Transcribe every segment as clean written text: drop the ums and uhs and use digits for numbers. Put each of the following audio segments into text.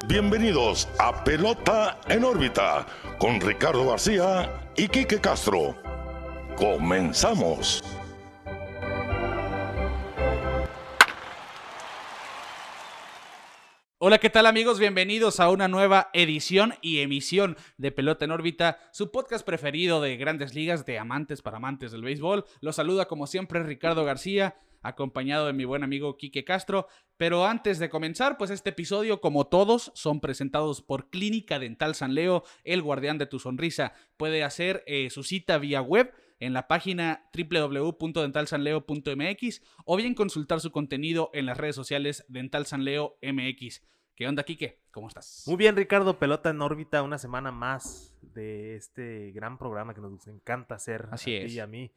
bienvenidos a Pelota en órbita con Ricardo García y Quique Castro. ¡Comenzamos! Hola, ¿qué tal amigos? Bienvenidos a una nueva edición y emisión de Pelota en órbita, su podcast preferido de Grandes Ligas, de amantes para amantes del béisbol. Los saluda como siempre Ricardo García, acompañado de mi buen amigo Quique Castro. Pero antes de comenzar, pues este episodio, como todos, son presentados por Clínica Dental San Leo, el guardián de tu sonrisa. Puede hacer su cita vía web en la página www.dentalsanleo.mx o bien consultar su contenido en las redes sociales Dental San Leo MX. ¿Qué onda, Quique? ¿Cómo estás? Muy bien, Ricardo. Pelota en órbita, una semana más de este gran programa que nos encanta hacer. Así a ti es. y a mí.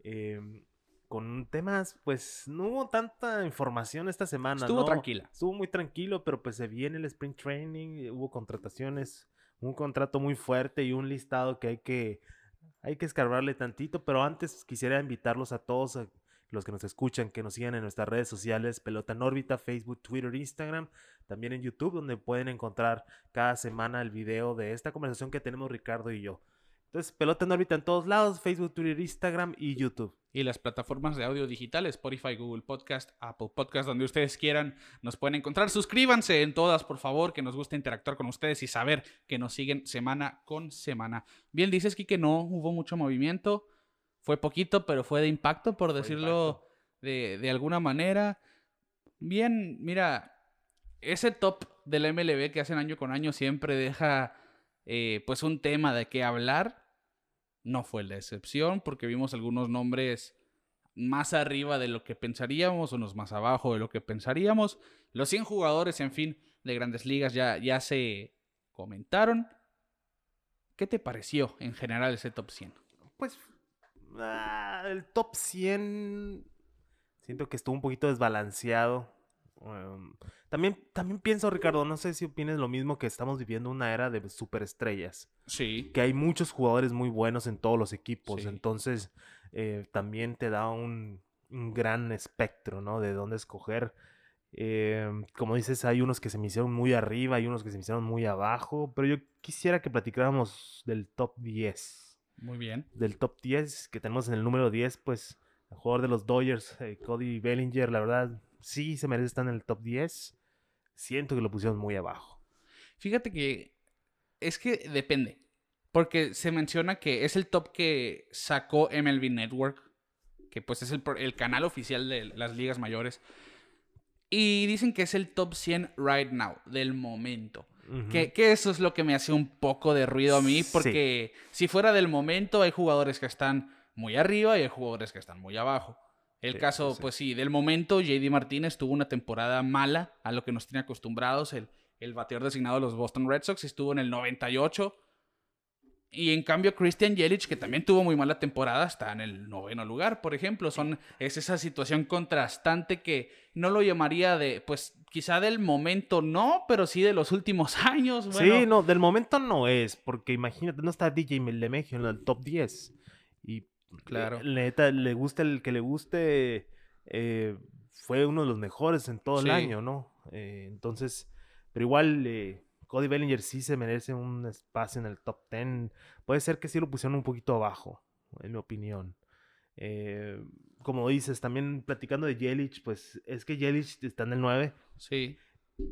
Con temas, pues no hubo tanta información esta semana. Estuvo tranquila. Estuvo muy tranquilo, pero pues se viene el Spring Training, hubo contrataciones, un contrato muy fuerte y un listado que hay que escarbarle tantito, pero antes quisiera invitarlos a todos, a los que nos escuchan, que nos sigan en nuestras redes sociales, Pelota en órbita, Facebook, Twitter, Instagram, también en YouTube, donde pueden encontrar cada semana el video de esta conversación que tenemos Ricardo y yo. Entonces, Pelota en órbita en todos lados, Facebook, Twitter, Instagram y YouTube. Y las plataformas de audio digitales, Spotify, Google Podcast, Apple Podcast, donde ustedes quieran, nos pueden encontrar. Suscríbanse en todas, por favor, que nos gusta interactuar con ustedes y saber que nos siguen semana con semana. Bien, dices, Kike, no hubo mucho movimiento. Fue poquito, pero fue de impacto, por decirlo de alguna manera. Bien, mira, ese top del MLB que hacen año con año siempre deja pues un tema de qué hablar. No fue la excepción, porque vimos algunos nombres más arriba de lo que pensaríamos, unos más abajo de lo que pensaríamos. Los 100 jugadores, en fin, de Grandes Ligas ya se comentaron. ¿Qué te pareció en general ese top 100? Pues el top 100 siento que estuvo un poquito desbalanceado. También pienso, Ricardo, no sé si opines lo mismo, que estamos viviendo una era de superestrellas. Sí. Que hay muchos jugadores muy buenos en todos los equipos. Sí. Entonces también te da un gran espectro, ¿no? De dónde escoger. Como dices, hay unos que se me hicieron muy arriba, hay unos que se me hicieron muy abajo. Pero yo quisiera que platicáramos del top 10. Muy bien. Del top 10 que tenemos en el número 10, pues el jugador de los Dodgers, Cody Bellinger, la verdad, sí se merece estar en el top 10. Siento que lo pusieron muy abajo. Fíjate que es que depende, porque se menciona que es el top que sacó MLB Network, que pues es el canal oficial de las ligas mayores, y dicen que es el top 100 right now, del momento. Uh-huh. Que eso es lo que me hace un poco de ruido a mí, porque si fuera del momento hay jugadores que están muy arriba y hay jugadores que están muy abajo. El caso, pues sí, del momento, JD Martínez tuvo una temporada mala a lo que nos tiene acostumbrados. El bateador designado de los Boston Red Sox estuvo en el 98. Y en cambio, Christian Yelich, que también tuvo muy mala temporada, está en el 9º lugar, por ejemplo. Es esa situación contrastante que no lo llamaría de, pues quizá del momento no, pero sí de los últimos años. Bueno. Sí, no, del momento no es, porque imagínate, no está DJ LeMahieu en el top 10. Y claro, neta, le guste el que le guste, fue uno de los mejores en todo el año, ¿no? Entonces, pero igual Cody Bellinger sí se merece un espacio en el top 10. Puede ser que sí lo pusieron un poquito abajo, en mi opinión. Como dices, también platicando de Yelich, pues es que Yelich está en el 9. sí.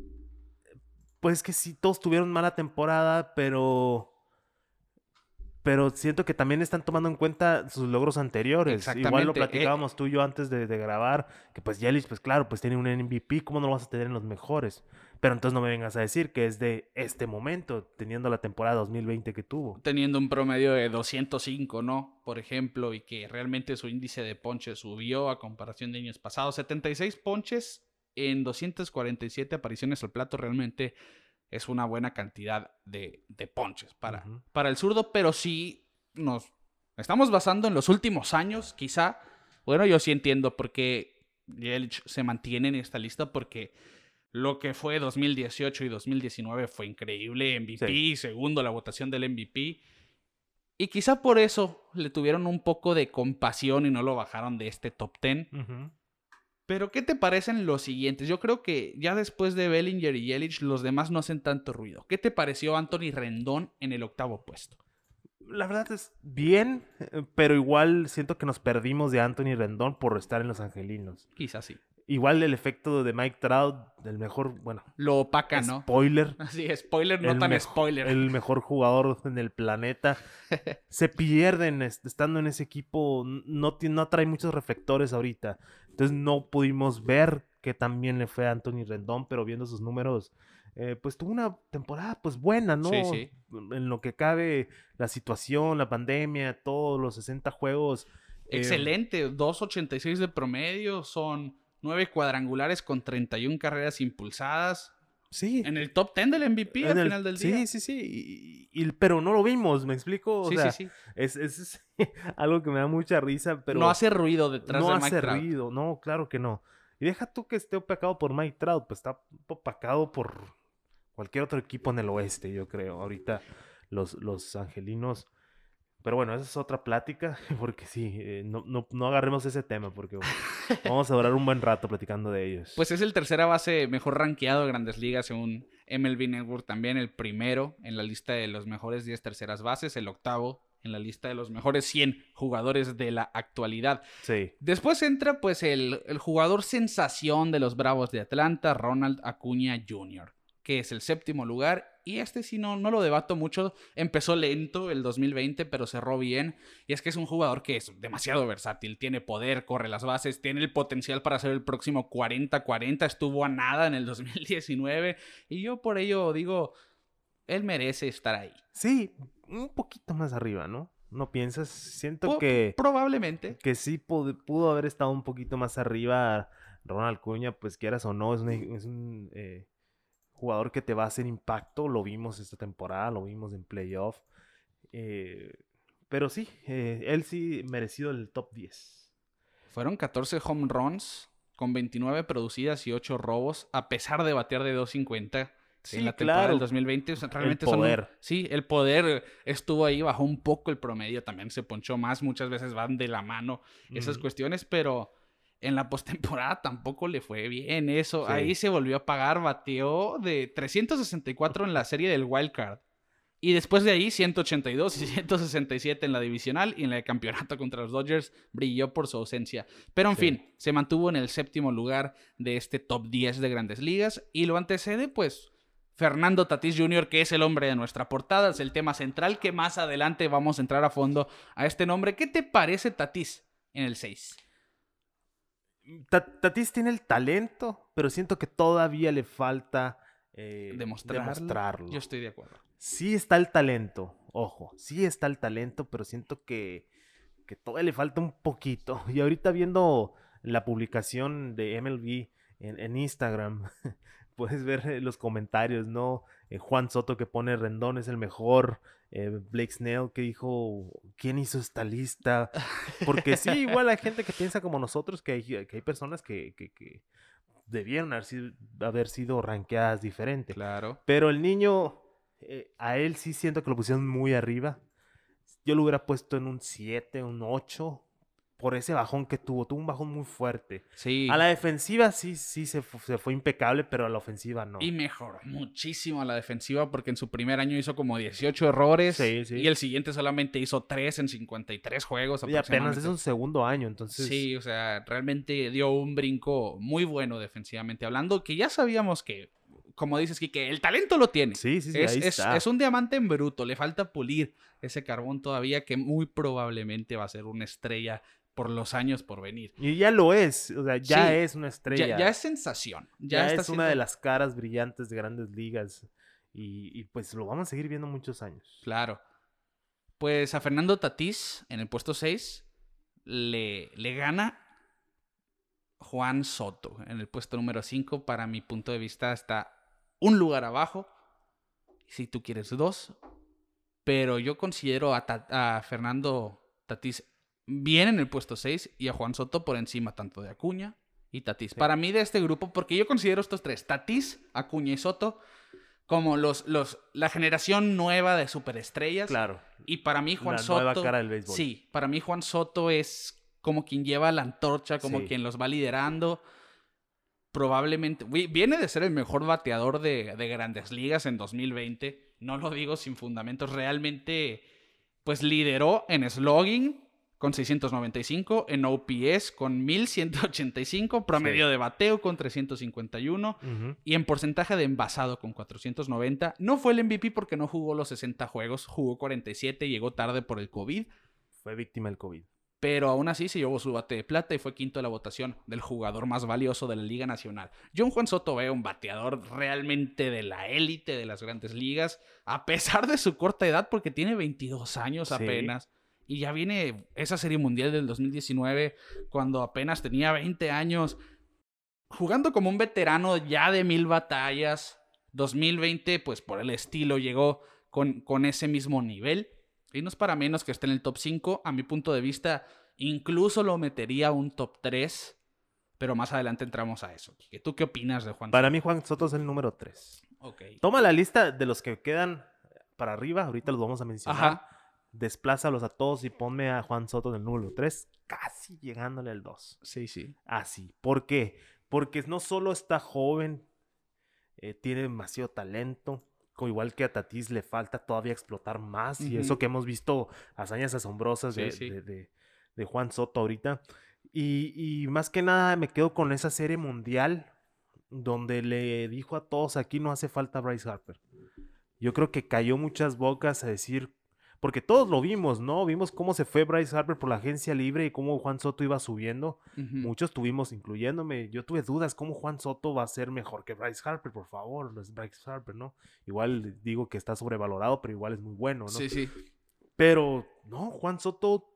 Pues que sí, todos tuvieron mala temporada, pero siento que también están tomando en cuenta sus logros anteriores. Exactamente. Igual lo platicábamos tú y yo antes de grabar, que pues Yelich, pues claro, pues tiene un MVP, ¿cómo no lo vas a tener en los mejores? Pero entonces no me vengas a decir que es de este momento, teniendo la temporada 2020 que tuvo. Teniendo un promedio de 205, ¿no? Por ejemplo, y que realmente su índice de ponches subió a comparación de años pasados. 76 ponches en 247 apariciones al plato, realmente es una buena cantidad de ponches para el zurdo, pero sí nos estamos basando en los últimos años, quizá. Bueno, yo sí entiendo por qué Yelich se mantiene en esta lista, porque lo que fue 2018 y 2019 fue increíble. MVP, sí. Segundo la votación del MVP. Y quizá por eso le tuvieron un poco de compasión y no lo bajaron de este top 10. Uh-huh. Pero, ¿qué te parecen los siguientes? Yo creo que ya después de Bellinger y Yelich, los demás no hacen tanto ruido. ¿Qué te pareció Anthony Rendón en el 8º puesto? La verdad es bien, pero igual siento que nos perdimos de Anthony Rendón por estar en los Angelinos. Quizás sí. Igual el efecto de Mike Trout, el mejor, bueno, Lo opaca, ¿no? spoiler. Sí, spoiler, no tan spoiler. El mejor jugador en el planeta. Se pierden estando en ese equipo. No trae muchos reflectores ahorita. Entonces no pudimos ver que también le fue a Anthony Rendón, pero viendo sus números, pues tuvo una temporada pues buena, ¿no? Sí. En lo que cabe la situación, la pandemia, todos los 60 juegos. Excelente, 2.86 de promedio, son 9 cuadrangulares con 31 carreras impulsadas. Sí. En el top 10 del MVP al final del día. Sí. Pero no lo vimos, ¿me explico? O sea, sí. Es algo que me da mucha risa, pero... No hace ruido detrás de Mike Trout. No hace ruido, no, claro que no. Y deja tú que esté opacado por Mike Trout, pues está opacado por cualquier otro equipo en el oeste, yo creo. Ahorita los angelinos... Pero bueno, esa es otra plática, porque sí, no agarremos ese tema, porque vamos a durar un buen rato platicando de ellos. Pues es el tercera base mejor rankeado de Grandes Ligas según MLB Network, también el primero en la lista de los mejores 10 terceras bases, el 8º en la lista de los mejores 100 jugadores de la actualidad. Sí. Después entra pues el jugador sensación de los Bravos de Atlanta, Ronald Acuña Jr., que es el 7º lugar. Y sí no lo debato mucho. Empezó lento el 2020, pero cerró bien. Y es que es un jugador que es demasiado versátil. Tiene poder, corre las bases, tiene el potencial para ser el próximo 40-40. Estuvo a nada en el 2019. Y yo por ello digo, él merece estar ahí. Sí, un poquito más arriba, ¿no? ¿No piensas? Siento que... Probablemente. Que sí pudo haber estado un poquito más arriba. Ronald Acuña, pues quieras o no, es un jugador que te va a hacer impacto. Lo vimos esta temporada, lo vimos en playoff. Pero sí, él sí merecido el top 10. Fueron 14 home runs con 29 producidas y 8 robos, a pesar de batear de 2.50 en la temporada del 2020. O sea, realmente el poder. El poder estuvo ahí, bajó un poco el promedio, también se ponchó más. Muchas veces van de la mano esas cuestiones, pero... En la postemporada tampoco le fue bien eso. Sí. Ahí se volvió a pagar. Bateó de 364 en la serie del Wild Card. Y después de ahí 182 y 167 en la divisional. Y en el campeonato contra los Dodgers brilló por su ausencia. Pero en fin, se mantuvo en el 7º lugar de este top 10 de Grandes Ligas. Y lo antecede pues Fernando Tatis Jr., que es el hombre de nuestra portada. Es el tema central que más adelante vamos a entrar a fondo a este nombre. ¿Qué te parece Tatis en el 6? Tatis tiene el talento, pero siento que todavía le falta demostrarlo. Yo estoy de acuerdo. Sí está el talento, ojo, sí está el talento, pero siento que todavía le falta un poquito. Y ahorita viendo la publicación de MLB en Instagram, puedes ver los comentarios, ¿no? Juan Soto que pone Rendón es el mejor. Blake Snell que dijo, ¿quién hizo esta lista? Porque sí, igual hay gente que piensa como nosotros, que hay personas que debieron haber sido rankeadas diferente. Claro. Pero el niño, a él sí siento que lo pusieron muy arriba. Yo lo hubiera puesto en un 7, un 8. Por ese bajón que tuvo un bajón muy fuerte. Sí. A la defensiva sí se fue impecable, pero a la ofensiva no. Y mejoró muchísimo a la defensiva porque en su primer año hizo como 18 errores. Sí. Y el siguiente solamente hizo 3 en 53 juegos. Y apenas es un segundo año, entonces... Sí, o sea, realmente dio un brinco muy bueno defensivamente hablando, que ya sabíamos que, como dices, que el talento lo tiene. Sí, ahí está. Es un diamante en bruto, le falta pulir ese carbón todavía que muy probablemente va a ser una estrella por los años por venir. Y ya lo es, o sea, ya es una estrella. Ya es sensación. Ya es una de las caras brillantes de Grandes Ligas. Y pues lo vamos a seguir viendo muchos años. Claro. Pues a Fernando Tatis, en el puesto 6, le gana Juan Soto. En el puesto número 5, para mi punto de vista, está un lugar abajo. Si tú quieres 2. Pero yo considero a Fernando Tatis bien en el puesto 6 y a Juan Soto por encima tanto de Acuña y Tatis. Sí. Para mí de este grupo, porque yo considero estos tres, Tatis, Acuña y Soto, como la generación nueva de superestrellas. Claro. Y para mí Juan la Soto... nueva cara del béisbol. Sí, para mí Juan Soto es como quien lleva la antorcha, como quien los va liderando. Probablemente viene de ser el mejor bateador de Grandes Ligas en 2020. No lo digo sin fundamentos. Realmente, pues lideró en slugging con 695, en OPS con 1185, promedio de bateo con 351 y en porcentaje de envasado con 490. No fue el MVP porque no jugó los 60 juegos, jugó 47, llegó tarde por el COVID. Fue víctima del COVID. Pero aún así se llevó su bate de plata y fue quinto de la votación del jugador más valioso de la Liga Nacional. Yo en Juan Soto veo un bateador realmente de la élite de las Grandes Ligas, a pesar de su corta edad, porque tiene 22 años apenas. Y ya viene esa Serie Mundial del 2019, cuando apenas tenía 20 años, jugando como un veterano ya de 1000 batallas. 2020, pues por el estilo, llegó con ese mismo nivel. Y no es para menos que esté en el top 5. A mi punto de vista, incluso lo metería a un top 3. Pero más adelante entramos a eso. ¿Tú qué opinas de Juan Soto? Para mí, Juan Soto es el número 3. Okay. Toma la lista de los que quedan para arriba. Ahorita los vamos a mencionar. Ajá. Desplázalos a todos y ponme a Juan Soto en el número 3. Casi llegándole al 2. Sí. Así. ¿Por qué? Porque no solo está joven, tiene demasiado talento. Igual que a Tatis le falta todavía explotar más. Y eso que hemos visto hazañas asombrosas de Juan Soto ahorita. Y más que nada me quedo con esa serie mundial donde le dijo a todos, aquí no hace falta Bryce Harper. Yo creo que cayó muchas bocas a decir, porque todos lo vimos, ¿no? Vimos cómo se fue Bryce Harper por la agencia libre y cómo Juan Soto iba subiendo. Muchos tuvimos, incluyéndome, yo tuve dudas, ¿cómo Juan Soto va a ser mejor que Bryce Harper? Por favor, no es Bryce Harper, ¿no? Igual digo que está sobrevalorado, pero igual es muy bueno, ¿no? Sí. Pero, no, Juan Soto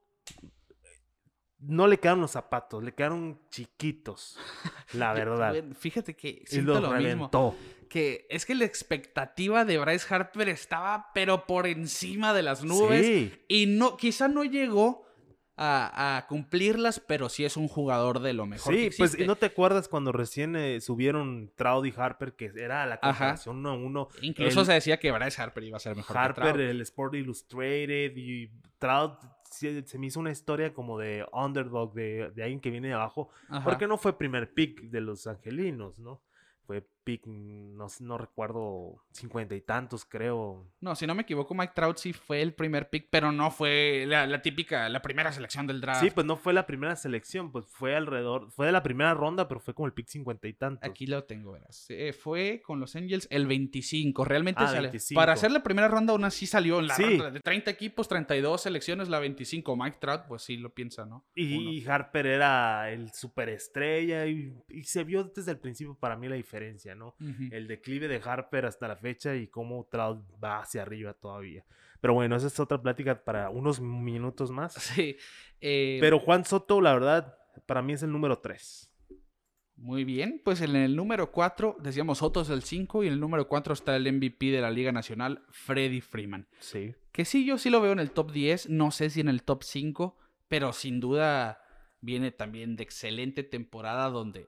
no le quedaron los zapatos, le quedaron chiquitos, la verdad. Fíjate que siento lo reventó. Mismo. Que es que la expectativa de Bryce Harper estaba pero por encima de las nubes. Sí. Y no, quizá no llegó a cumplirlas, pero sí es un jugador de lo mejor que existe. Pues ¿no te acuerdas cuando recién subieron Trout y Harper, que era la comparación 1 a 1? Incluso se decía que Bryce Harper iba a ser mejor Harper, que Trout. el Sport Illustrated, y Trout se me hizo una historia como de underdog, de alguien que viene de abajo, porque no fue primer pick de los angelinos, ¿no? Fue pick, no recuerdo, 50 y tantos, creo. No, si no me equivoco, Mike Trout sí fue el primer pick, pero no fue la típica, la primera selección del draft. Sí, pues no fue la primera selección, pues fue fue de la primera ronda, pero fue como el pick 50 y tantos. Aquí lo tengo, verás. Fue con los Angels el 25. Realmente 25. Para hacer la primera ronda aún así salió en la ronda de 30 equipos, 32 selecciones, la 25. Mike Trout, pues sí lo piensa, ¿no? Y Harper era el superestrella y se vio desde el principio para mí la diferencia, ¿no? El declive de Harper hasta la fecha y cómo Trout va hacia arriba todavía. Pero bueno, esa es otra plática para unos minutos más. Sí. Pero Juan Soto, la verdad, para mí es el número 3. Muy bien, pues en el número 4, decíamos Soto es el 5 y en el número 4 está el MVP de la Liga Nacional, Freddie Freeman. Sí. Que sí, yo sí lo veo en el top 10, no sé si en el top 5, pero sin duda viene también de excelente temporada donde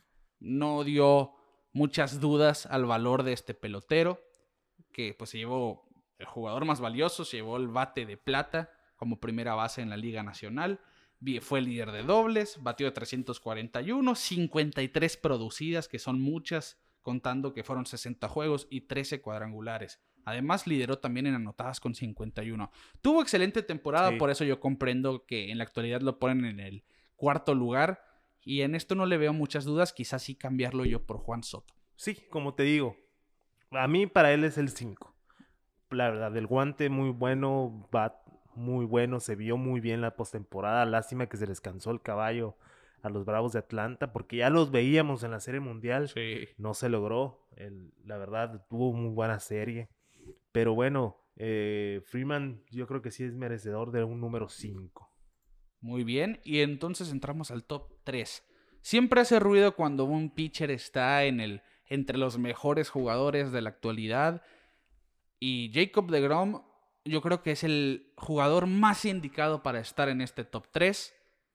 no dio muchas dudas al valor de este pelotero, que pues se llevó el jugador más valioso, se llevó el bate de plata como primera base en la Liga Nacional, fue líder de dobles, batió de 341, 53 producidas, que son muchas, contando que fueron 60 juegos y 13 cuadrangulares. Además, lideró también en anotadas con 51. Tuvo excelente temporada, por eso yo comprendo que en la actualidad lo ponen en el 4º lugar. Y en esto no le veo muchas dudas, quizás sí cambiarlo yo por Juan Soto. Sí, como te digo, a mí para él es el 5. La verdad, el guante muy bueno, bat muy bueno, se vio muy bien la postemporada. Lástima que se les cansó el caballo a los Bravos de Atlanta, porque ya los veíamos en la Serie Mundial. Sí. No se logró, la verdad, tuvo muy buena serie. Pero bueno, Freeman yo creo que sí es merecedor de un número 5. Muy bien, y entonces entramos al top 3. Siempre hace ruido cuando un pitcher está entre los mejores jugadores de la actualidad. Y Jacob deGrom, yo creo que es el jugador más indicado para estar en este top 3.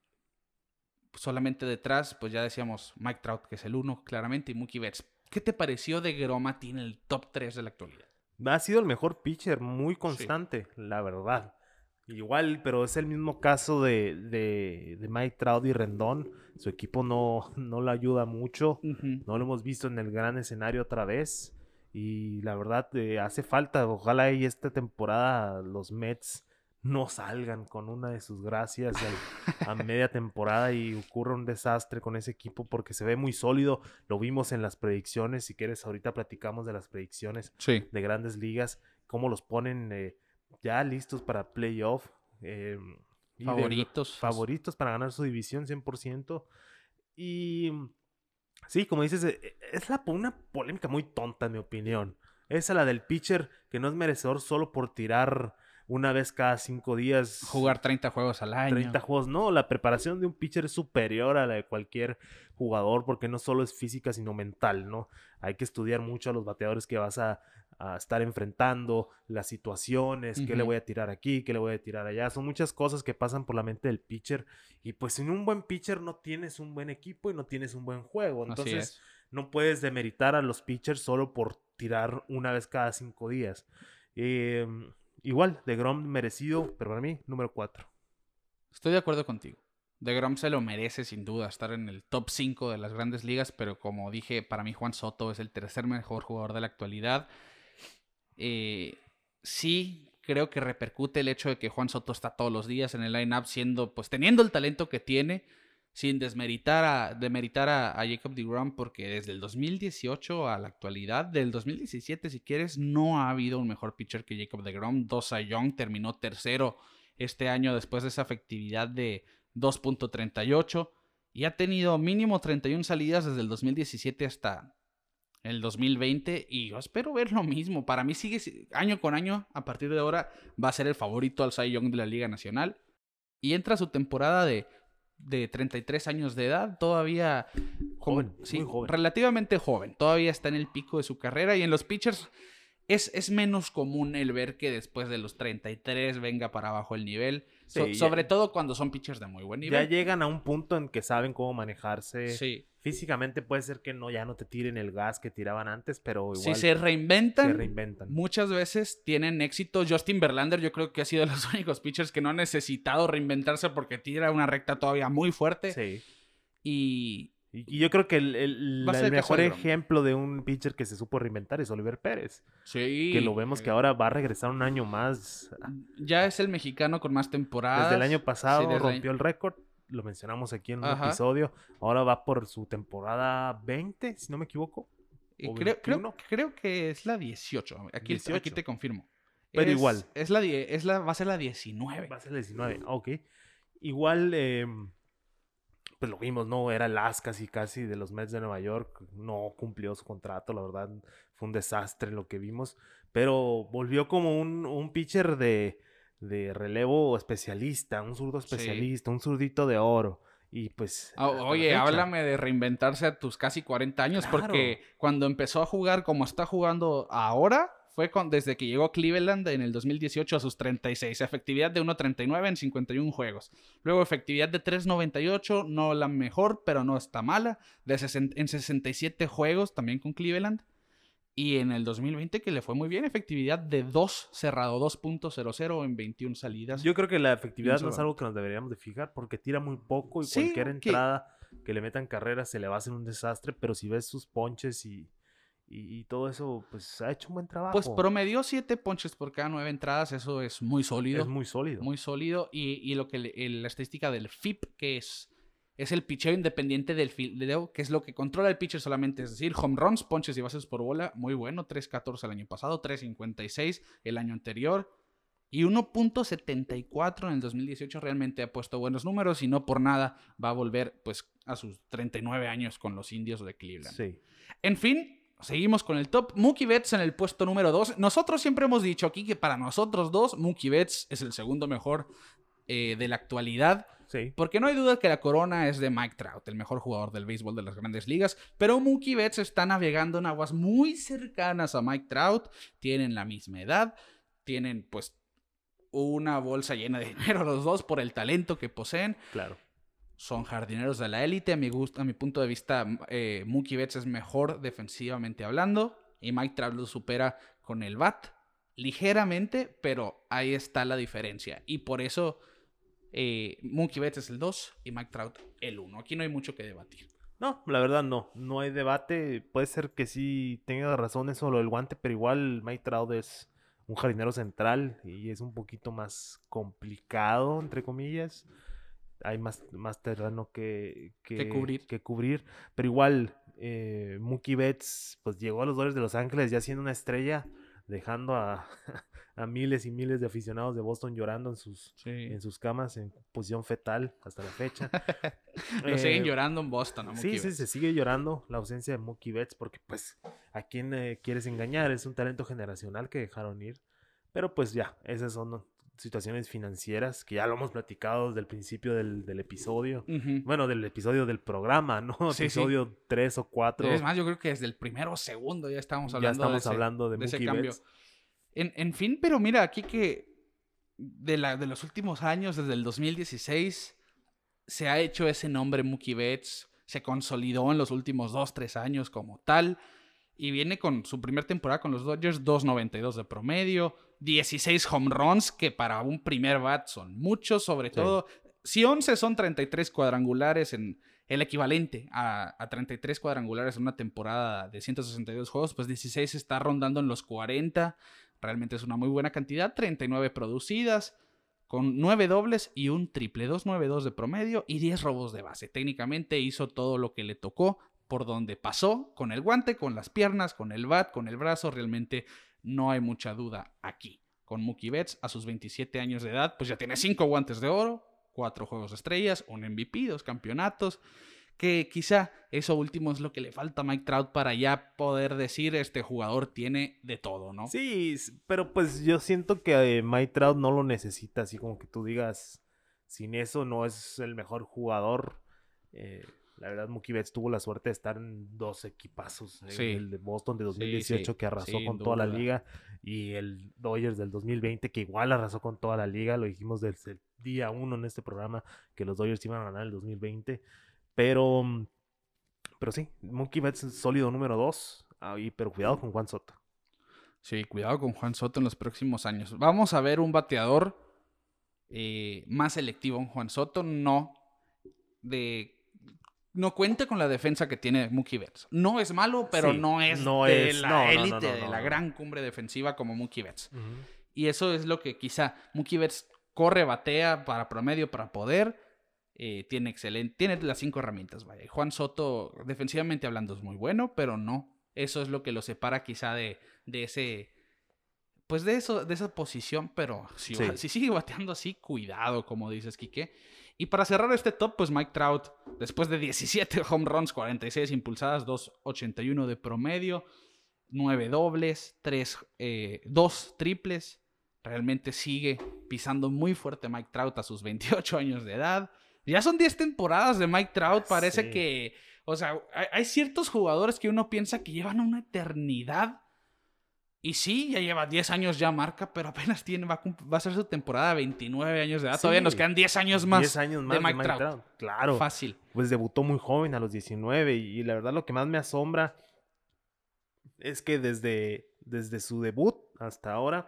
Solamente detrás, pues ya decíamos Mike Trout, que es el 1, claramente, y Mookie Betts. ¿Qué te pareció deGrom a ti en el top 3 de la actualidad? Ha sido el mejor pitcher, muy constante, la verdad. Igual, pero es el mismo caso de Mike Trout y Rendón. Su equipo no lo ayuda mucho. Ujú. No lo hemos visto en el gran escenario otra vez. Y la verdad, hace falta. Ojalá y esta temporada los Mets no salgan con una de sus gracias a media temporada y ocurra un desastre con ese equipo porque se ve muy sólido. Lo vimos en las predicciones. Si quieres, ahorita platicamos de las predicciones Sí. de grandes ligas. Cómo los ponen ya listos para playoff. Y favoritos para ganar su división 100%. Y sí, como dices, es una polémica muy tonta, en mi opinión. Esa la del pitcher que no es merecedor solo por tirar una vez cada 5 días. Jugar 30 juegos al año. 30 juegos. No, la preparación de un pitcher es superior a la de cualquier jugador porque no solo es física, sino mental, ¿no? Hay que estudiar mucho a los bateadores que vas a estar enfrentando, las situaciones, qué le voy a tirar aquí, qué le voy a tirar allá. Son muchas cosas que pasan por la mente del pitcher y pues sin un buen pitcher no tienes un buen equipo y no tienes un buen juego. Entonces no puedes demeritar a los pitchers solo por tirar una vez cada 5 días. Igual, DeGrom merecido, pero para mí, número 4. Estoy de acuerdo contigo. DeGrom se lo merece sin duda estar en el top 5 de las grandes ligas, pero como dije, para mí Juan Soto es el tercer mejor jugador de la actualidad. Sí, creo que repercute el hecho de que Juan Soto está todos los días en el line-up teniendo el talento que tiene, sin demeritar a Jacob deGrom, porque desde el 2018 a la actualidad, del 2017 si quieres, no ha habido un mejor pitcher que Jacob deGrom. Cy Young terminó tercero este año después de esa efectividad de 2.38 y ha tenido mínimo 31 salidas desde el 2017 hasta el 2020 y yo espero ver lo mismo. Para mí sigue año con año, a partir de ahora va a ser el favorito al Cy Young de la Liga Nacional y entra su temporada de 33 años de edad, todavía joven, sí, muy joven. Relativamente joven, todavía está en el pico de su carrera y en los pitchers es menos común el ver que después de los 33 venga para abajo el nivel, sí, sobre todo cuando son pitchers de muy buen nivel. Ya llegan a un punto en que saben cómo manejarse. Sí. Físicamente puede ser que ya no te tiren el gas que tiraban antes, pero igual si se reinventan, reinventan. Muchas veces tienen éxito. Justin Verlander yo creo que ha sido de los únicos pitchers que no ha necesitado reinventarse porque tira una recta todavía muy fuerte. Sí. Y yo creo que el mejor de ejemplo de un pitcher que se supo reinventar es Oliver Pérez. Sí. Que lo vemos que ahora va a regresar un año más. Ya es el mexicano con más temporadas. Desde el año pasado rompió el récord. Lo mencionamos aquí en un episodio. Ahora va por su temporada 20, si no me equivoco. Creo que es la 18. Aquí te confirmo. Pero igual. Va a ser la 19. Va a ser la 19, ok. Igual, pues lo vimos, ¿no? Era el as casi de los Mets de Nueva York. No cumplió su contrato, la verdad. Fue un desastre lo que vimos. Pero volvió como un pitcher de relevo especialista, un zurdo especialista, un zurdito de oro. Y pues... Oye, háblame de reinventarse a tus casi 40 años, claro. Porque cuando empezó a jugar como está jugando ahora, fue desde que llegó a Cleveland en el 2018 a sus 36. Efectividad de 1.39 en 51 juegos. Luego efectividad de 3.98, no la mejor, pero no está mala. En 67 juegos también con Cleveland. Y en el 2020 que le fue muy bien, efectividad de 2 cerrado, 2.00 en 21 salidas. Yo creo que la efectividad no es algo que nos deberíamos de fijar porque tira muy poco y cualquier entrada que le metan carrera se le va a hacer un desastre, pero si ves sus ponches y todo eso, pues ha hecho un buen trabajo. Pues promedió 7 ponches por cada 9 entradas, eso es muy sólido. Es muy sólido. Muy sólido y lo que la estadística del FIP, que es el picheo independiente del fildeo, que es lo que controla el pitcher solamente, es decir, home runs, ponches y bases por bola, muy bueno, 3.14 el año pasado, 3.56 el año anterior y 1.74 en el 2018. Realmente ha puesto buenos números y no por nada va a volver pues a sus 39 años con los Indios de Cleveland. Sí. En fin, seguimos con el top. Mookie Betts en el puesto número 2. Nosotros siempre hemos dicho aquí que para nosotros dos, Mookie Betts es el segundo mejor de la actualidad. Sí. Porque no hay duda que la corona es de Mike Trout, el mejor jugador del béisbol de las grandes ligas. Pero Mookie Betts está navegando en aguas muy cercanas a Mike Trout. Tienen la misma edad. Tienen pues una bolsa llena de dinero los dos por el talento que poseen. Claro. Son jardineros de la élite. A mi punto de vista, Mookie Betts es mejor defensivamente hablando. Y Mike Trout lo supera con el bat. ligeramente, pero ahí está la diferencia. Y por eso Mookie Betts es el 2 y Mike Trout el 1. Aquí no hay mucho que debatir. No, la verdad no hay debate. Puede ser que sí tenga razón eso lo del guante, pero igual Mike Trout es un jardinero central y es un poquito más complicado, entre comillas. Hay más terreno que cubrir. Pero igual, Mookie Betts pues llegó a los Dodgers de Los Ángeles ya siendo una estrella, dejando a miles y miles de aficionados de Boston llorando en sus camas en posición fetal hasta la fecha. Lo siguen llorando en Boston, ¿no? Sí, se sigue llorando la ausencia de Mookie Betts porque pues a quién quieres engañar, es un talento generacional que dejaron ir, pero pues ya, esas son situaciones financieras que ya lo hemos platicado desde el principio del episodio. Uh-huh. Bueno, del episodio del programa, ¿no? Sí, episodio 3 o 4. Es más, yo creo que desde el primero o segundo ya estamos hablando de ese Mookie cambio. Betts. En fin, pero mira, aquí que de los últimos años, desde el 2016, se ha hecho ese nombre Mookie Betts, se consolidó en los últimos 2-3 años como tal, y viene con su primera temporada con los Dodgers, 2.92 de promedio, 16 home runs, que para un primer bat son muchos, sobre todo. Si 11 son 33 cuadrangulares en el equivalente a 33 cuadrangulares en una temporada de 162 juegos, pues 16 está rondando en los 40. Realmente es una muy buena cantidad. 39 producidas, con 9 dobles y un triple. 2.92 de promedio y 10 robos de base. Técnicamente hizo todo lo que le tocó, por donde pasó, con el guante, con las piernas, con el bat, con el brazo. Realmente no hay mucha duda aquí. Con Mookie Betts, a sus 27 años de edad, pues ya tiene 5 guantes de oro, 4 juegos de estrellas, un MVP, 2 campeonatos, que quizá eso último es lo que le falta a Mike Trout para ya poder decir este jugador tiene de todo, ¿no? Sí, pero pues yo siento que Mike Trout no lo necesita, así como que tú digas, sin eso no es el mejor jugador. La verdad, Mookie Betts tuvo la suerte de estar en 2 equipazos. El de Boston de 2018 que arrasó con toda la liga y el Dodgers del 2020 que igual arrasó con toda la liga. Lo dijimos desde el día 1 en este programa que los Dodgers iban a ganar el 2020. Pero sí, Mookie Betts es sólido número 2. Pero cuidado con Juan Soto. Sí, cuidado con Juan Soto en los próximos años. Vamos a ver un bateador más selectivo en Juan Soto. No cuenta con la defensa que tiene Mookie Betts. No es malo, pero sí, no es la élite de la gran cumbre defensiva como Mookie Betts. Uh-huh. Y eso es lo que quizá Mookie Betts corre, batea para promedio, para poder. Tiene las 5 herramientas. Vaya. Y Juan Soto, defensivamente hablando, es muy bueno, pero no. Eso es lo que lo separa quizá de ese... Pues de esa posición, pero si sigue bateando así, cuidado, como dices, Quique. Y para cerrar este top, pues Mike Trout, después de 17 home runs, 46 impulsadas, 2.81 de promedio, 9 dobles, 2 triples, realmente sigue pisando muy fuerte Mike Trout a sus 28 años de edad. Ya son 10 temporadas de Mike Trout, parece que... O sea, hay ciertos jugadores que uno piensa que llevan una eternidad. Y sí, ya lleva 10 años ya marca, pero apenas va a ser su temporada 29 años de edad. Sí, todavía nos quedan 10 años más, de Mike Trout. Claro. Fácil. Pues debutó muy joven, a los 19. Y la verdad lo que más me asombra es que desde su debut hasta ahora,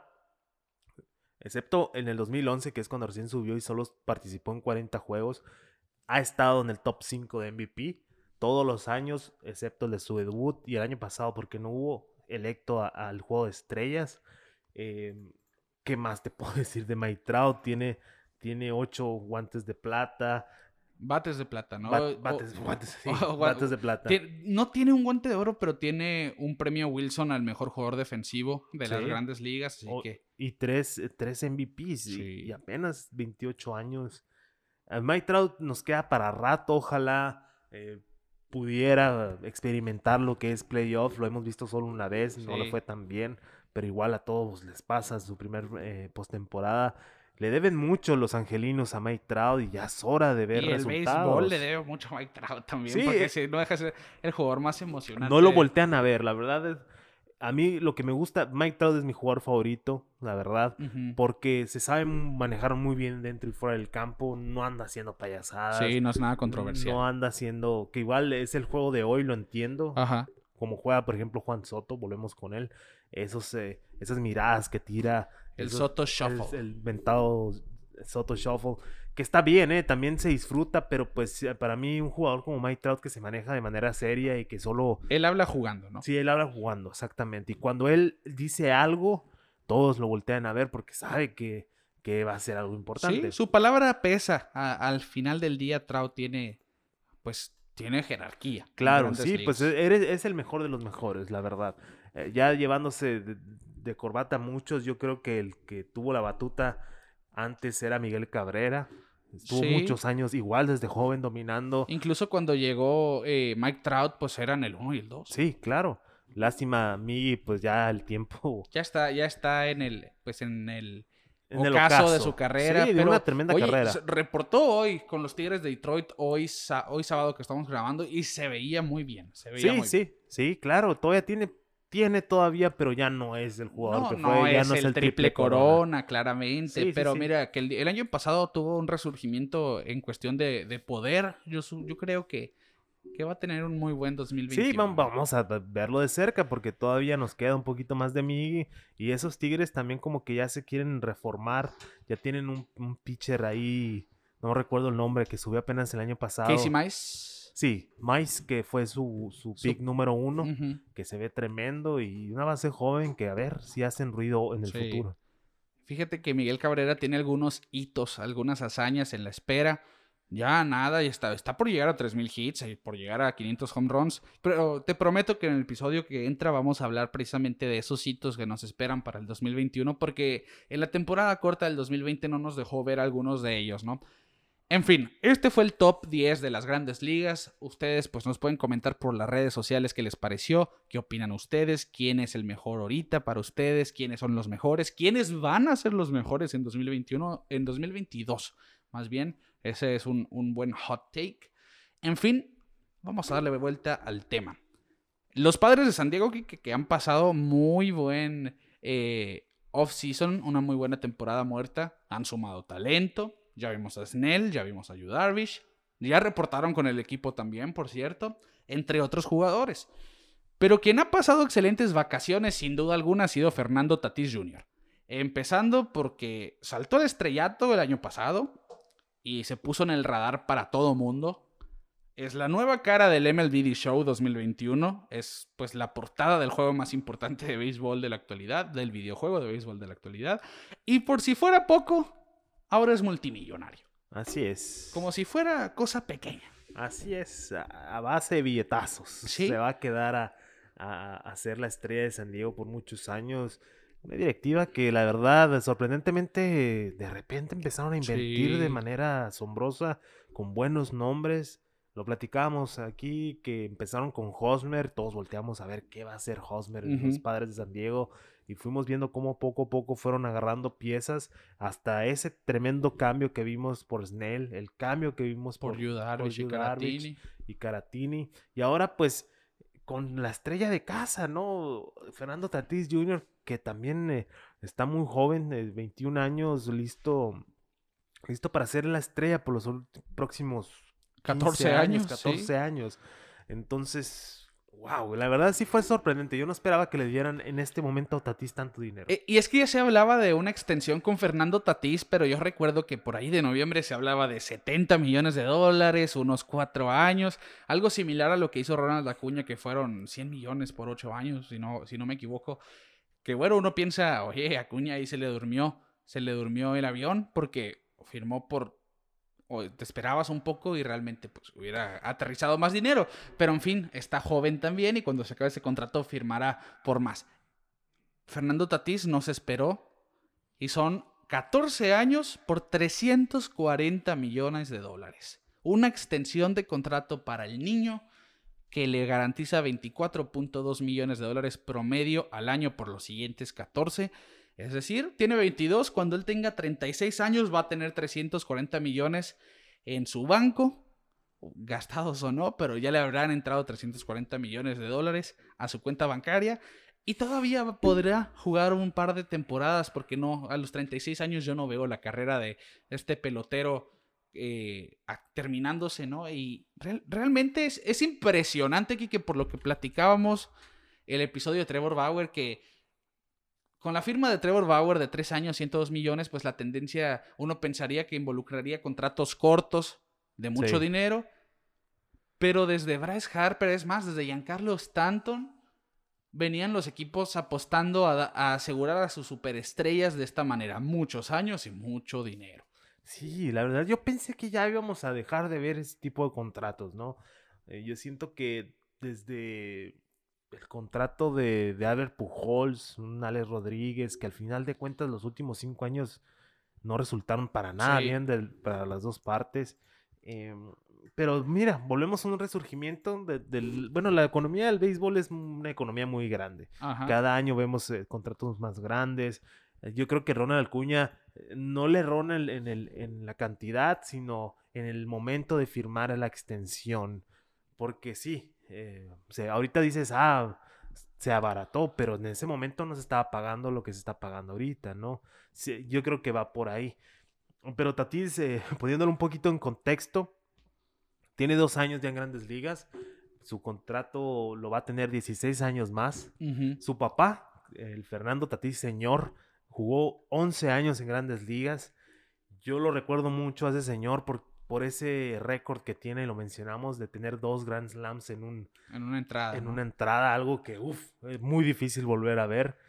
excepto en el 2011, que es cuando recién subió y solo participó en 40 juegos, ha estado en el top 5 de MVP todos los años, excepto el de su debut y el año pasado, porque no hubo electo al juego de estrellas. ¿Qué más te puedo decir de Mike Trout? Tiene 8 guantes de plata. Bates de plata, ¿no? Bates de plata. No tiene un guante de oro, pero tiene un premio Wilson al mejor jugador defensivo de las grandes ligas. Y 3 MVPs y apenas 28 años. Mike Trout nos queda para rato. Ojalá pudiera experimentar lo que es playoff. Lo hemos visto solo una vez, no le fue tan bien, pero igual a todos les pasa su primer postemporada. Le deben mucho los angelinos a Mike Trout y ya es hora de ver resultados. Y el béisbol le debe mucho a Mike Trout también, porque no deja de ser el jugador más emocionante. No lo voltean a ver, la verdad a mí lo que me gusta, Mike Trout es mi jugador favorito, la verdad, porque se sabe manejar muy bien dentro y fuera del campo, no anda haciendo payasadas. Sí, no es nada controversial. No anda haciendo, que igual es el juego de hoy, lo entiendo. Ajá. Como juega, por ejemplo, Juan Soto, volvemos con él. esas miradas que tira. El Soto Shuffle. El mentado Soto Shuffle. Que está bien, también se disfruta, pero pues para mí un jugador como Mike Trout que se maneja de manera seria y que solo... Él habla jugando, ¿no? Sí, él habla jugando, exactamente. Y cuando él dice algo, todos lo voltean a ver porque sabe que va a ser algo importante. Sí, su palabra pesa. Al final del día Trout tiene jerarquía. Claro, sí, pues es el mejor de los mejores, la verdad. Ya llevándose de corbata a muchos, yo creo que el que tuvo la batuta antes era Miguel Cabrera. Estuvo muchos años igual desde joven dominando. Incluso cuando llegó Mike Trout, pues eran el 1 y el 2. Sí, claro. Lástima a mí, pues ya el tiempo... Ya está en el ocaso de su carrera. Sí, pero una tremenda carrera. Reportó hoy con los Tigres de Detroit, hoy sábado que estamos grabando, y se veía muy bien. Sí, claro. Todavía tiene todavía, pero ya no es el jugador que fue. No ya es no es el triple corona, claramente. Sí, pero sí. mira, que el año pasado tuvo un resurgimiento en cuestión de poder. Yo creo que va a tener un muy buen 2021. Sí, vamos a verlo de cerca porque todavía nos queda un poquito más de Miggy. Y esos Tigres también como que ya se quieren reformar. Ya tienen un pitcher ahí, no recuerdo el nombre, que subió apenas el año pasado. Casey Mize. Sí, Mize, que fue su pick número 1, Uh-huh. que se ve tremendo. Y una base joven que a ver si hacen ruido en el futuro. Fíjate que Miguel Cabrera tiene algunos hitos, algunas hazañas en la espera. Ya nada, ya está por llegar a 3,000 hits, por llegar a 500 home runs. Pero te prometo que en el episodio que entra vamos a hablar precisamente de esos hitos que nos esperan para el 2021, porque en la temporada corta del 2020 no nos dejó ver algunos de ellos, ¿no? En fin, este fue el top 10 de las grandes ligas. Ustedes pues nos pueden comentar por las redes sociales qué les pareció, qué opinan ustedes, quién es el mejor ahorita para ustedes, quiénes son los mejores, quiénes van a ser los mejores en 2021, en 2022, más bien. Ese es un buen hot take. En fin, vamos a darle vuelta al tema. Los Padres de San Diego que han pasado muy buen off-season, una muy buena temporada muerta, han sumado talento. Ya vimos a Snell, ya vimos a Yu Darvish. Ya reportaron con el equipo también, por cierto, entre otros jugadores. Pero quien ha pasado excelentes vacaciones, sin duda alguna, ha sido Fernando Tatis Jr. Empezando porque saltó al estrellato el año pasado y se puso en el radar para todo mundo. Es la nueva cara del MLB The Show 2021. Es pues la portada del juego más importante de béisbol de la actualidad, del videojuego de béisbol de la actualidad. Y por si fuera poco, ahora es multimillonario. Así es. Como si fuera cosa pequeña. Así es, a base de billetazos. ¿Sí? Se va a quedar a ser la estrella de San Diego por muchos años. Una directiva que la verdad, sorprendentemente, de repente empezaron a invertir de manera asombrosa, con buenos nombres. Lo platicábamos aquí, que empezaron con Hosmer, todos volteamos a ver qué va a hacer Hosmer en los Padres de San Diego, y fuimos viendo cómo poco a poco fueron agarrando piezas hasta ese tremendo cambio que vimos por Snell, el cambio que vimos por Yu Darvish y Caratini, y ahora pues con la estrella de casa, ¿no? Fernando Tatis Jr., que también está muy joven, 21 años, listo para ser la estrella por los próximos 14 años. 14 años. Entonces, wow, la verdad sí fue sorprendente. Yo no esperaba que le dieran en este momento a Tatis tanto dinero. Y es que ya se hablaba de una extensión con Fernando Tatis, pero yo recuerdo que por ahí de noviembre se hablaba de $70 millones, unos 4 años, algo similar a lo que hizo Ronald Acuña, que fueron 100 millones por 8 años, si no me equivoco. Que bueno, uno piensa, oye, Acuña ahí se le durmió el avión porque firmó o te esperabas un poco y realmente pues hubiera aterrizado más dinero. Pero en fin, está joven también y cuando se acabe ese contrato firmará por más. Fernando Tatis no se esperó y son 14 años por $340 millones. Una extensión de contrato para el niño que le garantiza $24.2 millones promedio al año por los siguientes 14. Es decir, tiene 22, cuando él tenga 36 años va a tener 340 millones en su banco, gastados o no, pero ya le habrán entrado $340 millones a su cuenta bancaria y todavía podrá jugar un par de temporadas porque no, a los 36 años yo no veo la carrera de este pelotero terminándose, ¿no? Y realmente es impresionante que por lo que platicábamos el episodio de Trevor Bauer, que Con la firma de Trevor Bauer de 3 años, 102 millones, pues la tendencia, uno pensaría que involucraría contratos cortos de mucho dinero. Pero desde Bryce Harper, es más, desde Giancarlo Stanton, venían los equipos apostando a asegurar a sus superestrellas de esta manera. Muchos años y mucho dinero. Sí, la verdad, yo pensé que ya íbamos a dejar de ver ese tipo de contratos, ¿no? Yo siento que desde el contrato de Albert Pujols, un Alex Rodríguez, que al final de cuentas los últimos 5 años no resultaron para nada bien para las dos partes. Pero mira, volvemos a un resurgimiento bueno, la economía del béisbol es una economía muy grande. Ajá. Cada año vemos contratos más grandes. Yo creo que Ronald Acuña no le erró en la cantidad, sino en el momento de firmar la extensión. Porque sí, ahorita dices, se abarató, pero en ese momento no se estaba pagando lo que se está pagando ahorita, ¿no? Sí, yo creo que va por ahí. Pero Tatis, poniéndolo un poquito en contexto, tiene 2 años ya en Grandes Ligas. Su contrato lo va a tener 16 años más. Uh-huh. Su papá, el Fernando Tatis Sr., jugó 11 años en Grandes Ligas. Yo lo recuerdo mucho a ese señor por ese récord que tiene, lo mencionamos, de tener 2 Grand Slams en una entrada. En una entrada, algo que, es muy difícil volver a ver.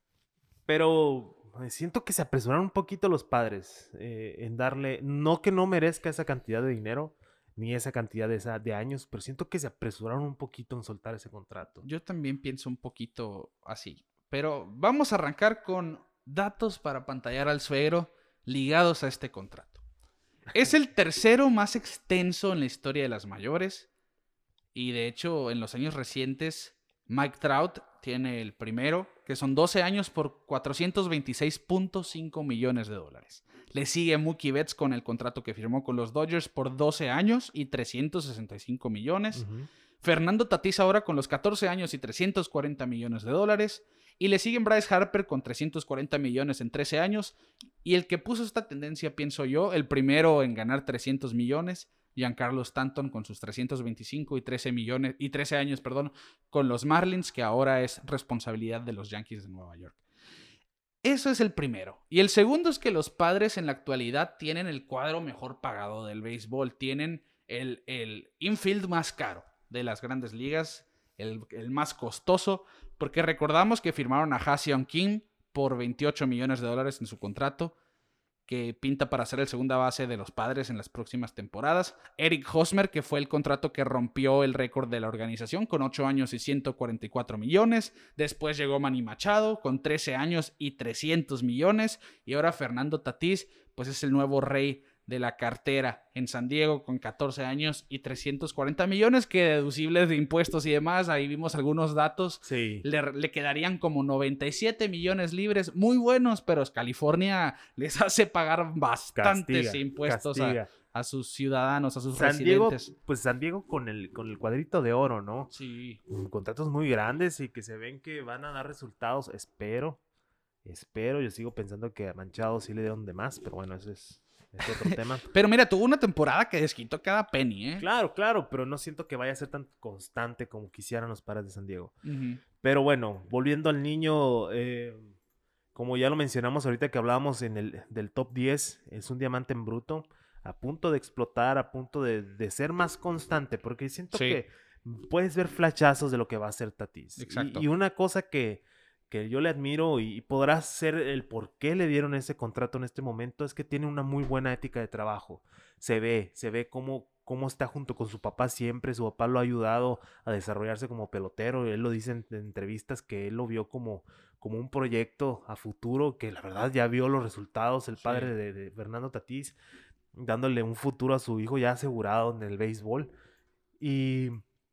Pero siento que se apresuraron un poquito los Padres en darle, no que no merezca esa cantidad de dinero, ni esa cantidad de años, pero siento que se apresuraron un poquito en soltar ese contrato. Yo también pienso un poquito así. Pero vamos a arrancar con datos para pantallar al suegro ligados a este contrato. Es el tercero más extenso en la historia de las mayores. Y de hecho, en los años recientes, Mike Trout tiene el primero, que son 12 años por $426.5 millones. Le sigue Mookie Betts con el contrato que firmó con los Dodgers por 12 años y 365 millones. Uh-huh. Fernando Tatis ahora con los 14 años y 340 millones de dólares. Y le siguen Bryce Harper con 340 millones en 13 años. Y el que puso esta tendencia, pienso yo, el primero en ganar 300 millones, Giancarlo Stanton con sus 325 y 13 años, con los Marlins, que ahora es responsabilidad de los Yankees de Nueva York. Eso es el primero. Y el segundo es que los Padres en la actualidad tienen el cuadro mejor pagado del béisbol. Tienen el infield más caro de las Grandes Ligas, el más costoso, porque recordamos que firmaron a Ha-Seong Kim por $28 millones en su contrato, que pinta para ser el segunda base de los Padres en las próximas temporadas. Eric Hosmer, que fue el contrato que rompió el récord de la organización con 8 años y 144 millones. Después llegó Manny Machado con 13 años y 300 millones. Y ahora Fernando Tatis, pues es el nuevo rey de la cartera en San Diego con 14 años y 340 millones, que deducibles de impuestos y demás, ahí vimos algunos datos, sí. le quedarían como 97 millones libres, muy buenos, pero California les hace pagar bastantes impuestos a sus ciudadanos, a sus residentes. Diego, pues San Diego con el cuadrito de oro, ¿no? Sí. Contratos muy grandes y que se ven que van a dar resultados, espero, yo sigo pensando que a Machado sí le dieron de más, pero bueno, eso es otro tema. Pero mira, tuvo una temporada que desquitó cada penny, ¿eh? Claro, pero no siento que vaya a ser tan constante como quisieran los Padres de San Diego. Uh-huh. Pero bueno, volviendo al niño, como ya lo mencionamos ahorita que hablábamos del top 10, es un diamante en bruto, a punto de explotar, a punto de ser más constante, porque siento que puedes ver flashazos de lo que va a hacer Tatis. Exacto. Y una cosa que yo le admiro y podrá ser el por qué le dieron ese contrato en este momento, es que tiene una muy buena ética de trabajo. Se ve cómo está junto con su papá siempre. Su papá lo ha ayudado a desarrollarse como pelotero. Él lo dice en entrevistas que él lo vio como un proyecto a futuro, que la verdad ya vio los resultados. El padre de Fernando Tatis, dándole un futuro a su hijo ya asegurado en el béisbol. Y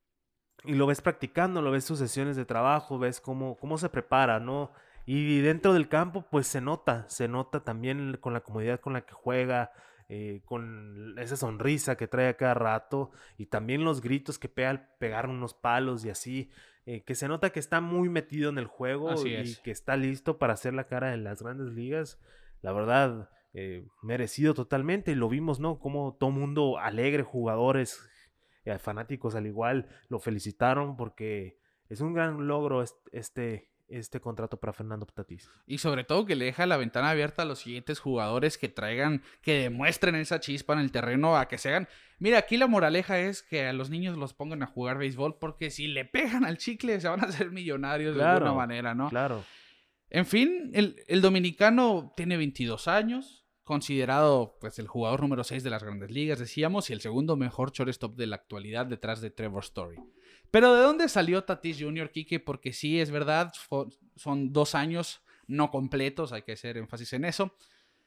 lo ves practicando, lo ves sus sesiones de trabajo, ves cómo se prepara, ¿no? Y dentro del campo, pues se nota también con la comodidad con la que juega, con esa sonrisa que trae a cada rato, y también los gritos que pega al pegar unos palos y así, que se nota que está muy metido en el juego y que está listo para hacer la cara en las Grandes Ligas. La verdad, merecido totalmente, y lo vimos, ¿no? Como todo mundo alegre, jugadores, fanáticos al igual, lo felicitaron porque es un gran logro este este contrato para Fernando Tatis. Y sobre todo que le deja la ventana abierta a los siguientes jugadores que traigan, que demuestren esa chispa en el terreno, a que se hagan... Mira, aquí la moraleja es que a los niños los pongan a jugar béisbol, porque si le pegan al chicle se van a hacer millonarios de alguna manera, ¿no? Claro. En fin, el dominicano tiene 22 años, considerado pues el jugador número 6 de las Grandes Ligas, decíamos, y el segundo mejor shortstop de la actualidad detrás de Trevor Story. Pero ¿de dónde salió Tatis Jr., Quique? Porque sí, es verdad, son 2 años no completos, hay que hacer énfasis en eso.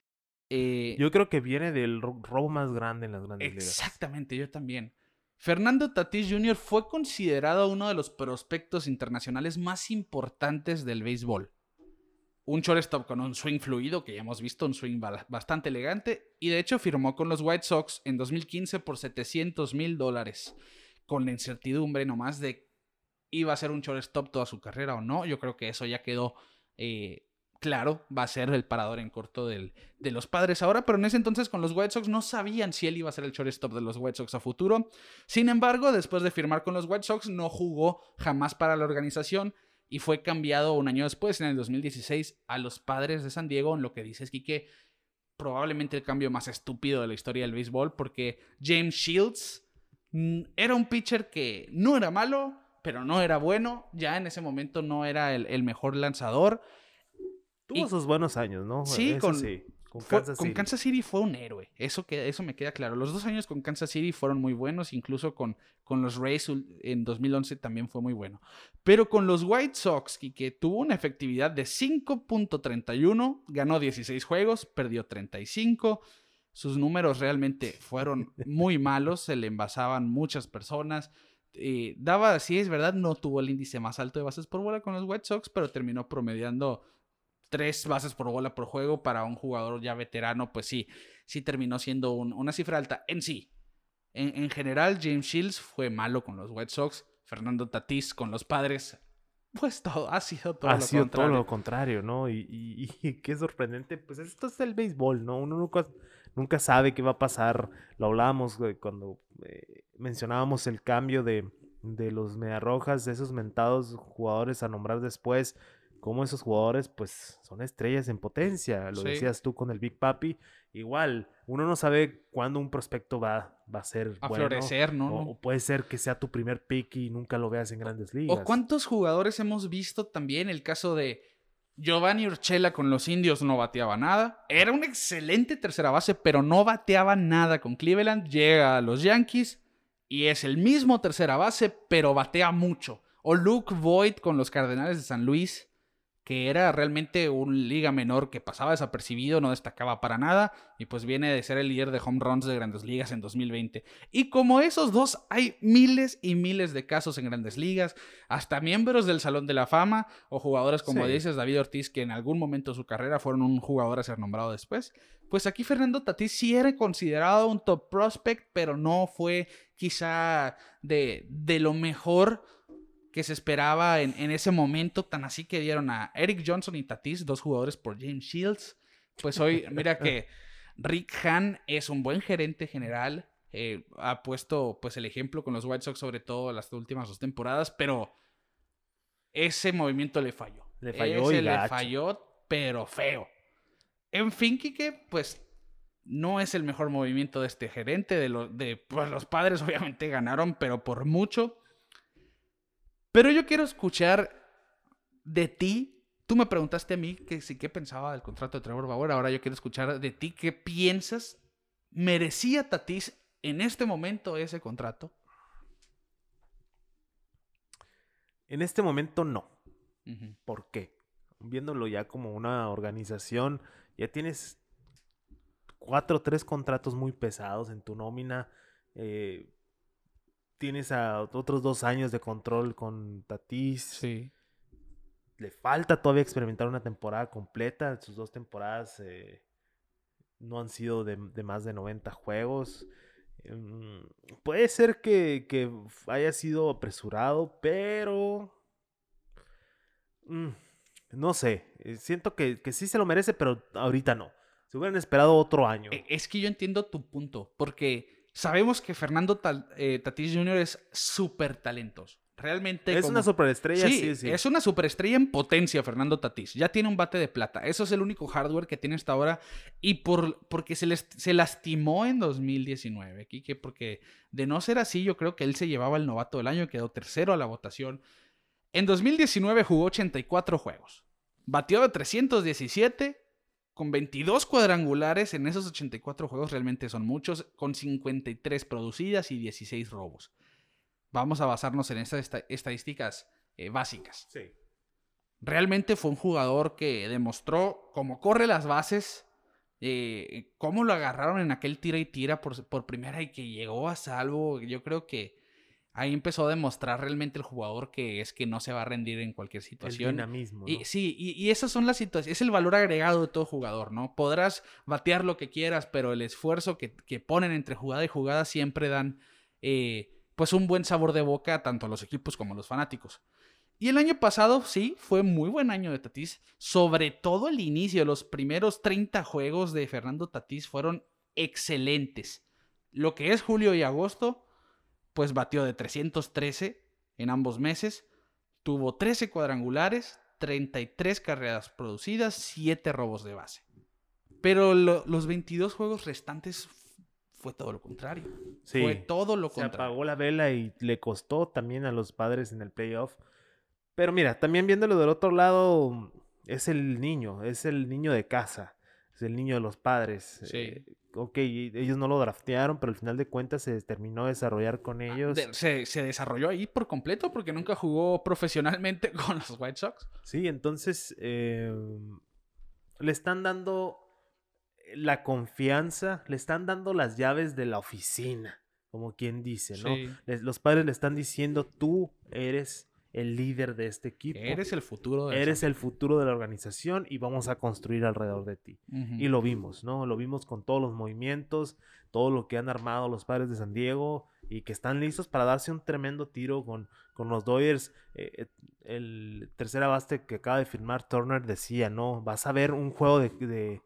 Yo creo que viene del robo más grande en las Grandes Ligas. Exactamente, yo también. Fernando Tatis Jr. fue considerado uno de los prospectos internacionales más importantes del béisbol. Un shortstop con un swing fluido, que ya hemos visto, un swing bastante elegante, y de hecho firmó con los White Sox en 2015 por $700,000, con la incertidumbre nomás de iba a ser un shortstop toda su carrera o no. Yo creo que eso ya quedó claro, va a ser el parador en corto de los Padres ahora, pero en ese entonces con los White Sox no sabían si él iba a ser el shortstop de los White Sox a futuro. Sin embargo, después de firmar con los White Sox, no jugó jamás para la organización y fue cambiado un año después, en el 2016, a los Padres de San Diego, en lo que dices, Quique, probablemente el cambio más estúpido de la historia del béisbol, porque James Shields era un pitcher que no era malo, pero no era bueno. Ya en ese momento no era el mejor lanzador. Tuvo sus buenos años, ¿no? Sí, Eso con Kansas City. Con Kansas City fue un héroe. Eso me queda claro. Los 2 años con Kansas City fueron muy buenos. Incluso con los Rays en 2011 también fue muy bueno. Pero con los White Sox, que tuvo una efectividad de 5.31, ganó 16 juegos, perdió 35. Sus números realmente fueron muy malos. Se le envasaban muchas personas. Sí, es verdad, no tuvo el índice más alto de bases por bola con los White Sox, pero terminó promediando 3 bases por bola por juego. Para un jugador ya veterano, pues sí terminó siendo una cifra alta. En general, James Shields fue malo con los White Sox. Fernando Tatis con los Padres, pues ha sido todo lo contrario, ¿no? Y qué sorprendente, pues esto es el béisbol, ¿no? Uno nunca sabe qué va a pasar. Lo hablábamos cuando mencionábamos el cambio de los Mediarrojas, de esos mentados jugadores a nombrar después. Como esos jugadores, pues, son estrellas en potencia. Lo decías tú con el Big Papi. Igual, uno no sabe cuándo un prospecto va a ser a bueno, florecer, ¿no? O puede ser que sea tu primer pick y nunca lo veas en Grandes Ligas. ¿O cuántos jugadores hemos visto también? El caso de Giovanni Urshela con los Indios no bateaba nada. Era un excelente tercera base, pero no bateaba nada con Cleveland. Llega a los Yankees y es el mismo tercera base, pero batea mucho. O Luke Voit con los Cardenales de San Luis, que era realmente un liga menor que pasaba desapercibido, no destacaba para nada, y pues viene de ser el líder de home runs de Grandes Ligas en 2020. Y como esos dos, hay miles y miles de casos en Grandes Ligas, hasta miembros del Salón de la Fama, o jugadores como dices, David Ortiz, que en algún momento de su carrera fueron un jugador a ser nombrado después. Pues aquí Fernando Tatis sí era considerado un top prospect, pero no fue quizá de lo mejor que se esperaba en ese momento, tan así que dieron a Eric Johnson y Tatis, 2 jugadores por James Shields. Pues hoy, mira que Rick Hahn es un buen gerente general, ha puesto pues el ejemplo con los White Sox, sobre todo las últimas 2 temporadas, pero ese movimiento le falló. Le falló, pero feo. En fin, Quique, pues no es el mejor movimiento de este gerente, pues los Padres obviamente ganaron, pero por mucho. Pero yo quiero escuchar de ti. Tú me preguntaste a mí qué pensaba del contrato de Trevor Bauer. Ahora yo quiero escuchar de ti qué piensas. ¿Merecía Tatis en este momento ese contrato? En este momento no. Uh-huh. ¿Por qué? Viéndolo ya como una organización, ya tienes 3 contratos muy pesados en tu nómina. Tienes a otros 2 años de control con Tatis. Sí. Le falta todavía experimentar una temporada completa. Sus 2 temporadas no han sido de más de 90 juegos. Puede ser que haya sido apresurado, pero no sé. Siento que sí se lo merece, pero ahorita no. Se hubieran esperado otro año. Es que yo entiendo tu punto, porque sabemos que Fernando Tatis Jr. es súper talentoso. Realmente Es una superestrella, sí. Es una superestrella en potencia, Fernando Tatís. Ya tiene un bate de plata. Eso es el único hardware que tiene hasta ahora. Y porque se lastimó en 2019, Quique, porque de no ser así, yo creo que él se llevaba el novato del año y quedó tercero a la votación. En 2019 jugó 84 juegos. Batió de 317 con 22 cuadrangulares en esos 84 juegos. Realmente son muchos, con 53 producidas y 16 robos. Vamos a basarnos en estas estadísticas básicas. Sí. Realmente fue un jugador que demostró cómo corre las bases, cómo lo agarraron en aquel tira y tira por primera y que llegó a salvo. Yo creo que ahí empezó a demostrar realmente el jugador que no se va a rendir en cualquier situación. El dinamismo, ¿no? Y sí, y esas son las situaciones, es el valor agregado de todo jugador, ¿no? Podrás batear lo que quieras, pero el esfuerzo que ponen entre jugada y jugada siempre dan pues un buen sabor de boca tanto a los equipos como a los fanáticos. Y el año pasado, sí, fue muy buen año de Tatís. Sobre todo el inicio, los primeros 30 juegos de Fernando Tatís fueron excelentes. Lo que es julio y agosto, pues batió de 313 en ambos meses. Tuvo 13 cuadrangulares, 33 carreras producidas, 7 robos de base. Pero los 22 juegos restantes fue todo lo contrario. Sí, fue todo lo se contrario. apagó la vela y le costó también a los Padres en el playoff. Pero mira, también viéndolo del otro lado, es el niño de casa, es el niño de los Padres. Sí. Ok, ellos no lo draftearon, pero al final de cuentas se terminó de desarrollar con ellos. Se desarrolló ahí por completo porque nunca jugó profesionalmente con los White Sox. Sí, entonces le están dando la confianza, le están dando las llaves de la oficina, como quien dice, ¿no? Sí. Los Padres le están diciendo, tú eres el líder de este equipo. Eres el futuro Eres el futuro de la organización y vamos a construir alrededor de ti. Uh-huh. Y lo vimos, ¿no? Lo vimos con todos los movimientos, todo lo que han armado los Padres de San Diego y que están listos para darse un tremendo tiro con los Dodgers. El tercera base que acaba de firmar Turner decía, ¿no? Vas a ver un juego de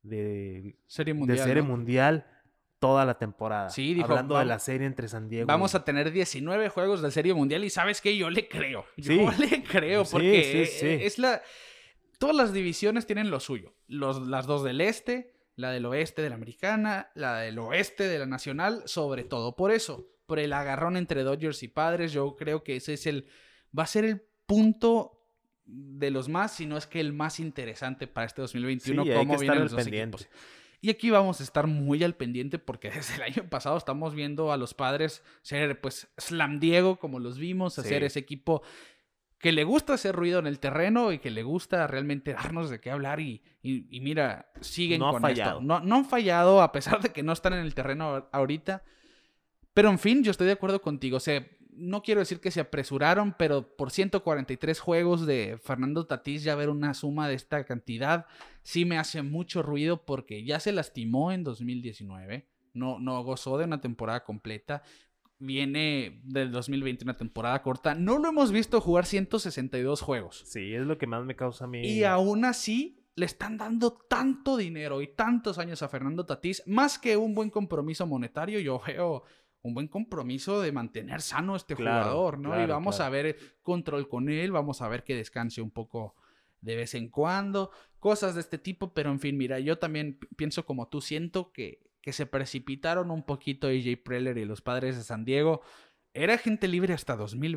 Serie Mundial, de Serie ¿no? Mundial toda la temporada. Sí, dijo, hablando de la serie entre San Diego. Vamos a tener 19 juegos de Serie Mundial y ¿sabes qué? Yo le creo. Sí. Yo le creo porque sí. es todas las divisiones tienen lo suyo. Las dos del este, la del oeste de la Americana, la del oeste de la Nacional, sobre todo por eso. Por el agarrón entre Dodgers y Padres, yo creo que ese va a ser el punto de los más, si no es que el más interesante para este 2021, sí, cómo vienen los dos pendiente. equipos. Y aquí vamos a estar muy al pendiente porque desde el año pasado estamos viendo a los Padres ser pues Slam Diego como los vimos, hacer ese equipo que le gusta hacer ruido en el terreno y que le gusta realmente darnos de qué hablar y mira, siguen no con ha esto. fallado. No han fallado a pesar de que no están en el terreno ahorita. Pero en fin, yo estoy de acuerdo contigo. O sea, no quiero decir que se apresuraron, pero por 143 juegos de Fernando Tatís ya ver una suma de esta cantidad sí me hace mucho ruido porque ya se lastimó en 2019, no gozó de una temporada completa, viene del 2020 una temporada corta, no lo hemos visto jugar 162 juegos. Sí, es lo que más me causa a mí. Y aún así le están dando tanto dinero y tantos años a Fernando Tatís, más que un buen compromiso monetario, yo veo un buen compromiso de mantener sano a este jugador, ¿no? Y vamos a ver control con él, vamos a ver que descanse un poco de vez en cuando, cosas de este tipo, pero en fin, mira, yo también pienso como tú, siento que se precipitaron un poquito AJ Preller y los Padres de San Diego. Era agente libre hasta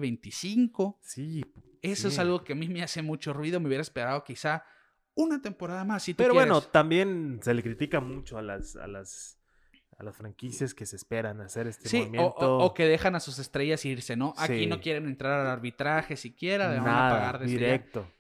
2025. Sí. Eso es algo que a mí me hace mucho ruido, me hubiera esperado quizá una temporada más, si tú Pero quieres. bueno, también se le critica mucho a las franquicias que se esperan hacer este movimiento. O que dejan a sus estrellas irse, ¿no? Aquí no quieren entrar al arbitraje siquiera, le van a pagar desde directo. Ya.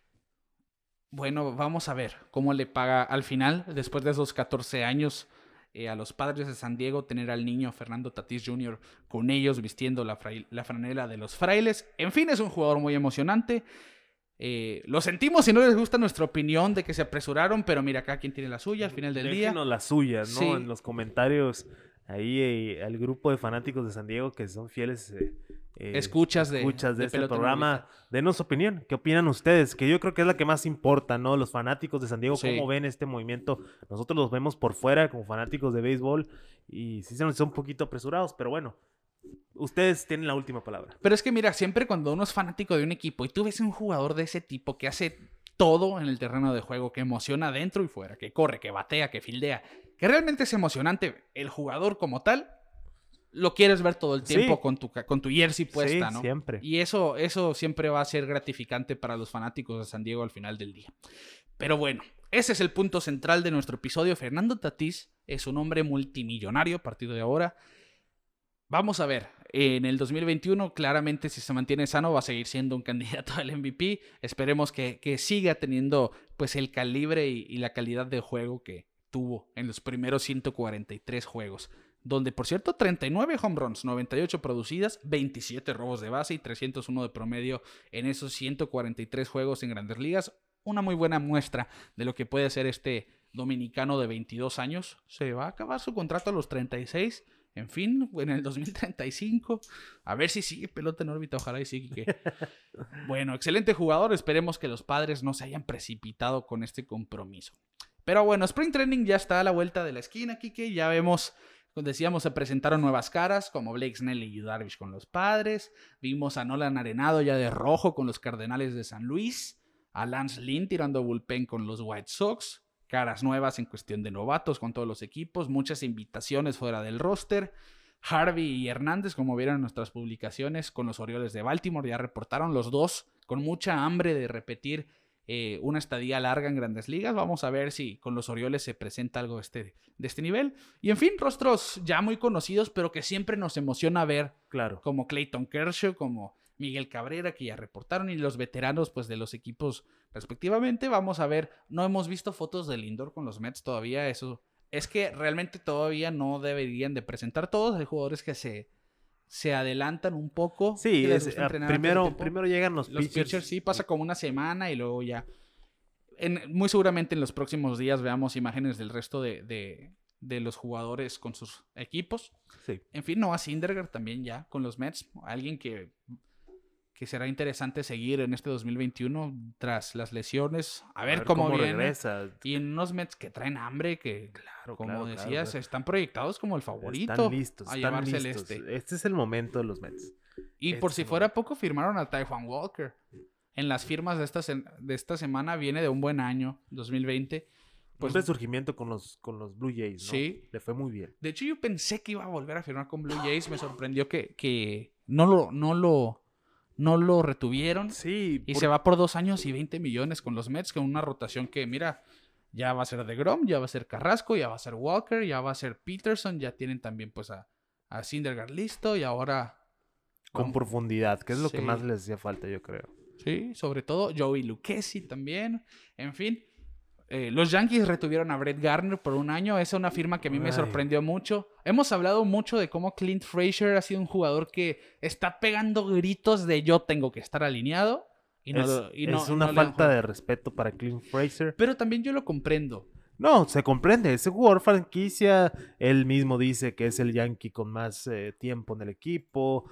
Bueno, vamos a ver cómo le paga al final, después de esos 14 años, a los Padres de San Diego, tener al niño Fernando Tatís Jr. con ellos vistiendo la franela de los Frailes. En fin, es un jugador muy emocionante. Lo sentimos si no les gusta nuestra opinión de que se apresuraron, pero mira, cada quien tiene la suya al final del día. Déjenos las suyas, ¿no? Sí. En los comentarios, ahí al grupo de fanáticos de San Diego que son fieles escuchas de este programa, denos opinión. ¿Qué opinan ustedes? Que yo creo que es la que más importa, ¿no? Los fanáticos de San Diego, ¿cómo ven este movimiento? Nosotros los vemos por fuera como fanáticos de béisbol y sí se nos hizo un poquito apresurados, pero bueno, Ustedes tienen la última palabra. Pero es que mira, siempre cuando uno es fanático de un equipo y tú ves un jugador de ese tipo que hace todo en el terreno de juego, que emociona dentro y fuera, que corre, que batea, que fildea, que realmente es emocionante el jugador como tal, lo quieres ver todo el tiempo con tu jersey puesta, Sí, ¿no? siempre. Y eso siempre va a ser gratificante para los fanáticos de San Diego al final del día. Pero bueno, ese es el punto central de nuestro episodio. Fernando Tatís es un hombre multimillonario a partir de ahora. Vamos a ver, en el 2021 claramente si se mantiene sano va a seguir siendo un candidato al MVP. Esperemos que siga teniendo pues el calibre y la calidad de juego que tuvo en los primeros 143 juegos. Donde, por cierto, 39 home runs, 98 producidas, 27 robos de base y 301 de promedio en esos 143 juegos en Grandes Ligas. Una muy buena muestra de lo que puede ser este dominicano de 22 años. Se va a acabar su contrato a los 36. En fin, en el 2035. A ver si sigue pelota en órbita. Ojalá y sigue. Bueno, excelente jugador. Esperemos que los Padres no se hayan precipitado con este compromiso. Pero bueno, Spring Training ya está a la vuelta de la esquina, Kike. Ya vemos, como decíamos, se presentaron nuevas caras, como Blake Snell y Yu Darvish con los Padres. Vimos a Nolan Arenado ya de rojo con los Cardenales de San Luis. A Lance Lynn tirando bullpen con los White Sox. Caras nuevas en cuestión de novatos con todos los equipos. Muchas invitaciones fuera del roster. Harvey y Hernández, como vieron en nuestras publicaciones, con los Orioles de Baltimore. Ya reportaron los dos con mucha hambre de repetir una estadía larga en Grandes Ligas. Vamos a ver si con los Orioles se presenta algo de este nivel. Y en fin, rostros ya muy conocidos, pero que siempre nos emociona ver. Claro. Como Clayton Kershaw, como Miguel Cabrera, que ya reportaron, y los veteranos pues de los equipos respectivamente. Vamos a ver, no hemos visto fotos de Lindor con los Mets todavía. Eso es que realmente todavía no deberían de presentar todos. Hay jugadores que se adelantan un poco. Sí, que les gusta entrenar antes de tiempo. primero llegan los pitchers. Sí, pasa como una semana y luego ya. Muy seguramente en los próximos días veamos imágenes del resto de los jugadores con sus equipos. Sí. En fin, Noah Syndergaard también ya con los Mets. Alguien que será interesante seguir en este 2021 tras las lesiones. A ver cómo viene. Regresa. Y en unos Mets que traen hambre, que como decías, están proyectados como el favorito. Están listos. A llevarse el este. Este es el momento de los Mets. Y por si fuera poco, firmaron a Taijuan Walker. En las firmas de esta semana viene de un buen año, 2020. Pues, un resurgimiento con los Blue Jays, ¿no? Sí. Le fue muy bien. De hecho, yo pensé que iba a volver a firmar con Blue Jays. Me sorprendió que no lo retuvieron. Sí. Y se va por 2 años y 20 millones con los Mets, con una rotación que, mira, ya va a ser DeGrom, ya va a ser Carrasco, ya va a ser Walker, ya va a ser Peterson. Ya tienen también pues a Syndergaard listo y ahora... Con profundidad, que es lo que más les hacía falta, yo creo. Sí, sobre todo Joey Lucchesi también. En fin, los Yankees retuvieron a Brett Gardner por 1 año. Esa es una firma que a mí me sorprendió mucho. Hemos hablado mucho de cómo Clint Frazier ha sido un jugador que está pegando gritos de yo tengo que estar alineado. Es una falta de respeto para Clint Frazier. Pero también yo lo comprendo. No, se comprende. Ese jugador franquicia, él mismo dice que es el Yankee con más tiempo en el equipo.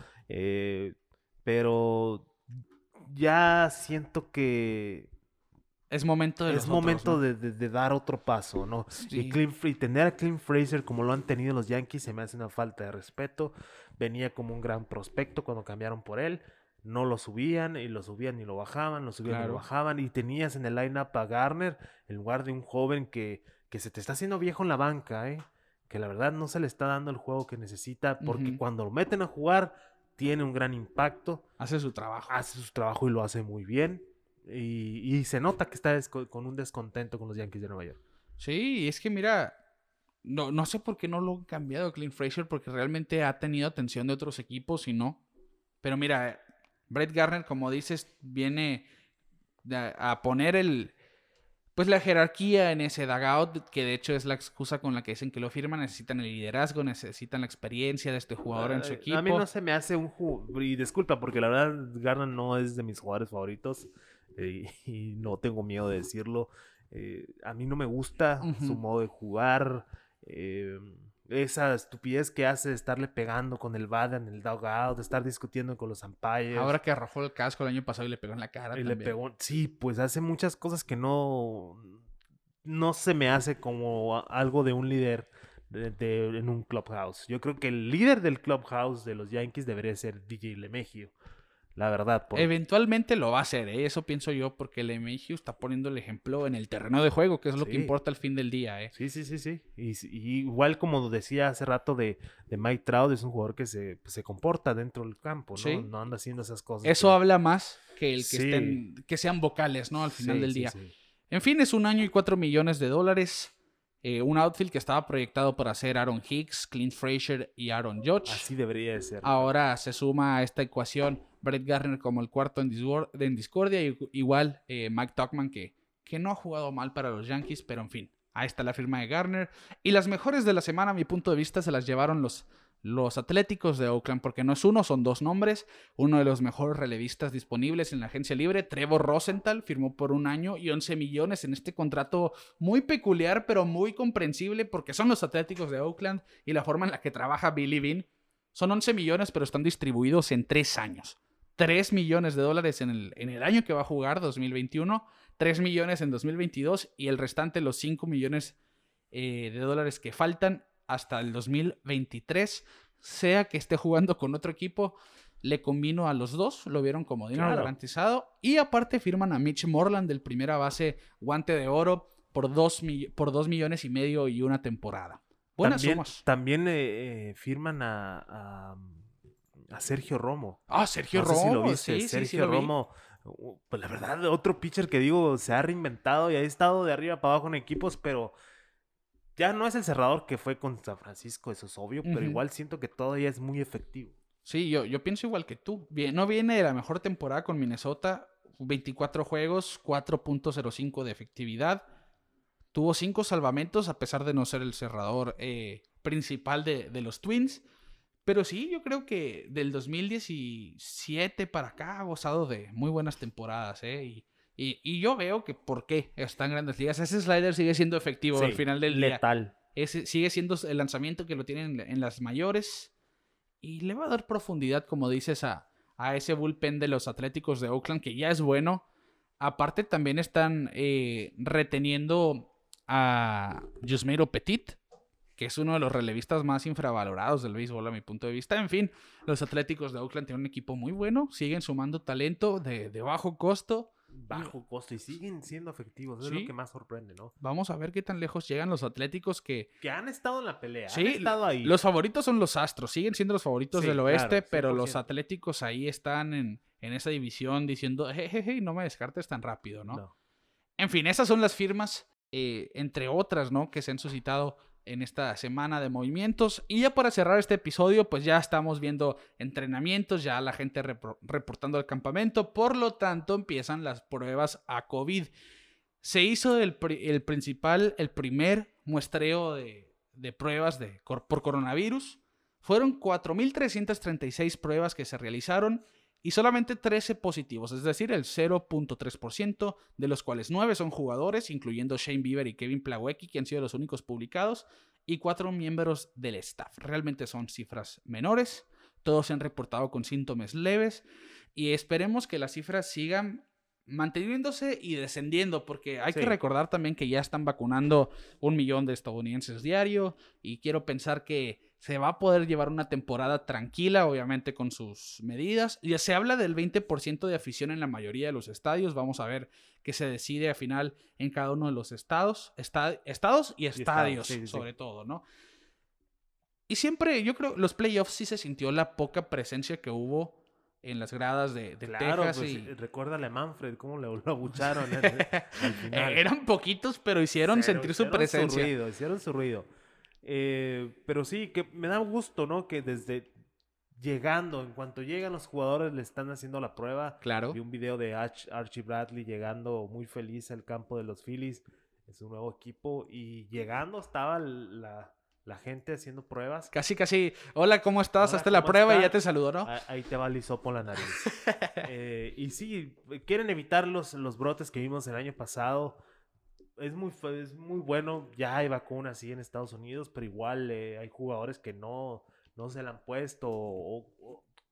Pero ya siento que es momento de dar otro paso, ¿no? Sí. Y tener a Clint Frazier como lo han tenido los Yankees se me hace una falta de respeto. Venía como un gran prospecto cuando cambiaron por él. No lo subían y lo subían y lo bajaban, lo subían y lo bajaban. Y tenías en el line-up a Garner en lugar de un joven que se te está haciendo viejo en la banca, que la verdad no se le está dando el juego que necesita porque cuando lo meten a jugar tiene un gran impacto. Hace su trabajo. Hace su trabajo y lo hace muy bien. Y se nota que está con un descontento con los Yankees de Nueva York. Sí, es que mira, no sé por qué no lo han cambiado Clint Frazier, porque realmente ha tenido atención de otros equipos y no. Pero mira, Brett Gardner, como dices, viene a poner pues la jerarquía en ese dugout, que de hecho es la excusa con la que dicen que lo firman. Necesitan el liderazgo, necesitan la experiencia de este jugador en su equipo. A mí no se me hace y disculpa, porque la verdad Gardner no es de mis jugadores favoritos y no tengo miedo de decirlo. A mí no me gusta su modo de jugar. Esa estupidez que hace de estarle pegando con el bat en el dugout, de estar discutiendo con los umpires. Ahora que arrojó el casco el año pasado y le pegó en la cara también. Sí, pues hace muchas cosas que no se me hace como algo de un líder en un clubhouse. Yo creo que el líder del clubhouse de los Yankees debería ser DJ LeMahieu. La verdad. Eventualmente lo va a hacer, ¿eh? Eso pienso yo, porque LeMahieu está poniendo el ejemplo en el terreno de juego, que es lo que importa al fin del día, ¿eh? Sí. Y igual como decía hace rato de Mike Trout, es un jugador que se comporta dentro del campo, ¿no? Sí. No anda haciendo esas cosas. Eso habla más que el que que sean vocales, ¿no? Al final del día. Sí. En fin, es $1 año y $4 millones. Un outfield que estaba proyectado para ser Aaron Hicks, Clint Frazier y Aaron Judge. Así debería de ser. Ahora se suma a esta ecuación Brett Gardner como el cuarto en discordia. Igual Mike Tauchman, que no ha jugado mal para los Yankees, pero en fin, ahí está la firma de Gardner. Y las mejores de la semana, a mi punto de vista, se las llevaron los Atléticos de Oakland, porque no es uno, son dos nombres. Uno de los mejores relevistas disponibles en la agencia libre, Trevor Rosenthal, firmó por 1 año y 11 millones en este contrato muy peculiar, pero muy comprensible, porque son los Atléticos de Oakland y la forma en la que trabaja Billy Beane. Son 11 millones, pero están distribuidos en 3 años. $3 millones en el año que va a jugar, 2021, 3 millones en 2022 y el restante, los 5 millones de dólares que faltan hasta el 2023, sea que esté jugando con otro equipo, le combino a los dos, lo vieron como dinero garantizado, y aparte firman a Mitch Moreland, del primera base, guante de oro, por 2 millones y medio y una temporada. Buenas sumas. También firman a Sergio Romo. Sergio no Romo, sé si lo viste. sí, Sergio Romo, pues la verdad, otro pitcher que digo, se ha reinventado y ha estado de arriba para abajo en equipos, pero ya no es el cerrador que fue con San Francisco, eso es obvio, pero igual siento que todavía es muy efectivo. Sí, yo pienso igual que tú. No viene de la mejor temporada con Minnesota, 24 juegos, 4.05 de efectividad. Tuvo 5 salvamentos a pesar de no ser el cerrador principal de los Twins. Pero sí, yo creo que del 2017 para acá ha gozado de muy buenas temporadas, ¿eh? Y yo veo que por qué está en Grandes Ligas. Ese slider sigue siendo efectivo al final del día. Letal. Ese sigue siendo el lanzamiento que lo tienen en las mayores. Y le va a dar profundidad, como dices, a ese bullpen de los Atléticos de Oakland, que ya es bueno. Aparte, también están reteniendo a Yusmeiro Petit, que es uno de los relevistas más infravalorados del béisbol a mi punto de vista. En fin, los Atléticos de Oakland tienen un equipo muy bueno, siguen sumando talento de bajo costo. Bajo costo y siguen siendo efectivos, eso es lo que más sorprende, ¿no? Vamos a ver qué tan lejos llegan los Atléticos que han estado en la pelea, sí, han estado ahí. Los favoritos son los Astros, siguen siendo los favoritos del oeste, claro, pero los Atléticos ahí están en esa división diciendo, hey, no me descartes tan rápido, ¿no? En fin, esas son las firmas, entre otras, ¿no? Que se han suscitado en esta semana de movimientos. Y ya para cerrar este episodio, pues ya estamos viendo entrenamientos, ya la gente reportando al campamento. Por lo tanto, empiezan las pruebas a COVID. Se hizo el primer muestreo de pruebas por coronavirus. Fueron 4.336 pruebas que se realizaron y solamente 13 positivos, es decir, el 0.3%, de los cuales 9 son jugadores, incluyendo Shane Bieber y Kevin Plawecki, que han sido los únicos publicados, y 4 miembros del staff. Realmente son cifras menores, todos se han reportado con síntomas leves, y esperemos que las cifras sigan manteniéndose y descendiendo, porque hay que recordar también que ya están vacunando 1 millón de estadounidenses diario, y quiero pensar que se va a poder llevar una temporada tranquila, obviamente con sus medidas. Ya se habla del 20% de afición en la mayoría de los estadios. Vamos a ver qué se decide al final en cada uno de los estados y estadios, sobre todo, ¿no? Y siempre, yo creo, los playoffs sí se sintió la poca presencia que hubo en las gradas de Texas. Pues, recuérdale a Manfred cómo lo abucharon al final. Eran poquitos, pero hicieron sentir su presencia. Hicieron su ruido. Pero sí, que me da gusto, ¿no? Que desde en cuanto llegan los jugadores le están haciendo la prueba. Claro. Vi un video de Archie Bradley llegando muy feliz al campo de los Phillies, es un nuevo equipo, y llegando estaba la gente haciendo pruebas. Casi, hola, ¿cómo estás? Hazte la prueba y ya te saludó, ¿no? Ahí te va el hisopo en la nariz. Y sí, quieren evitar los brotes que vimos el año pasado. Es muy bueno, ya hay vacunas sí en Estados Unidos, pero igual hay jugadores que no se la han puesto o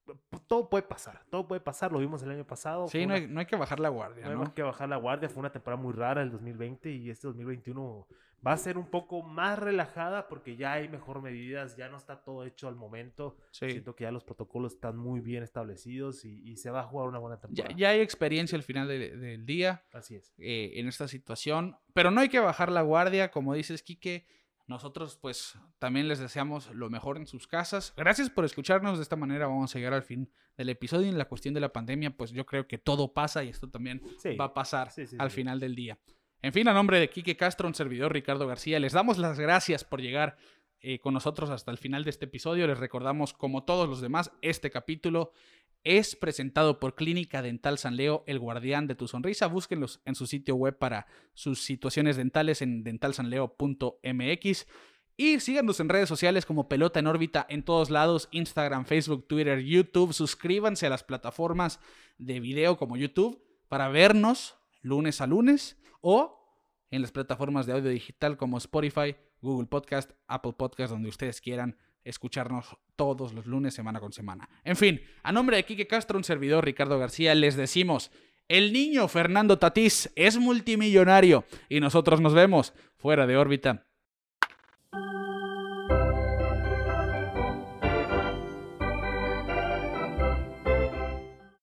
todo puede pasar, lo vimos el año pasado. Sí, no hay que bajar la guardia, No ¿no? hay que bajar la guardia, fue una temporada muy rara el 2020 y este 2021 va a ser un poco más relajada porque ya hay mejor medidas, ya no está todo hecho al momento. Sí. Siento que ya los protocolos están muy bien establecidos y se va a jugar una buena temporada. Ya hay experiencia al final del día Así es. en esta situación, pero no hay que bajar la guardia, como dices, Quique. Nosotros pues también les deseamos lo mejor en sus casas. Gracias por escucharnos. De esta manera vamos a llegar al fin del episodio. Y en la cuestión de la pandemia, pues yo creo que todo pasa y esto también va a pasar al final del día. En fin, a nombre de Quique Castro, un servidor Ricardo García, les damos las gracias por llegar con nosotros hasta el final de este episodio. Les recordamos, como todos los demás, este capítulo es presentado por Clínica Dental San Leo, el guardián de tu sonrisa. Búsquenlos en su sitio web para sus situaciones dentales en dentalsanleo.mx. Y síganos en redes sociales como Pelota en órbita en todos lados, Instagram, Facebook, Twitter, YouTube. Suscríbanse a las plataformas de video como YouTube para vernos lunes a lunes o en las plataformas de audio digital como Spotify, Google Podcast, Apple Podcast, donde ustedes quieran escucharnos todos los lunes, semana con semana. En fin, a nombre de Quique Castro, un servidor Ricardo García, les decimos, el niño Fernando Tatís es multimillonario y nosotros nos vemos fuera de órbita.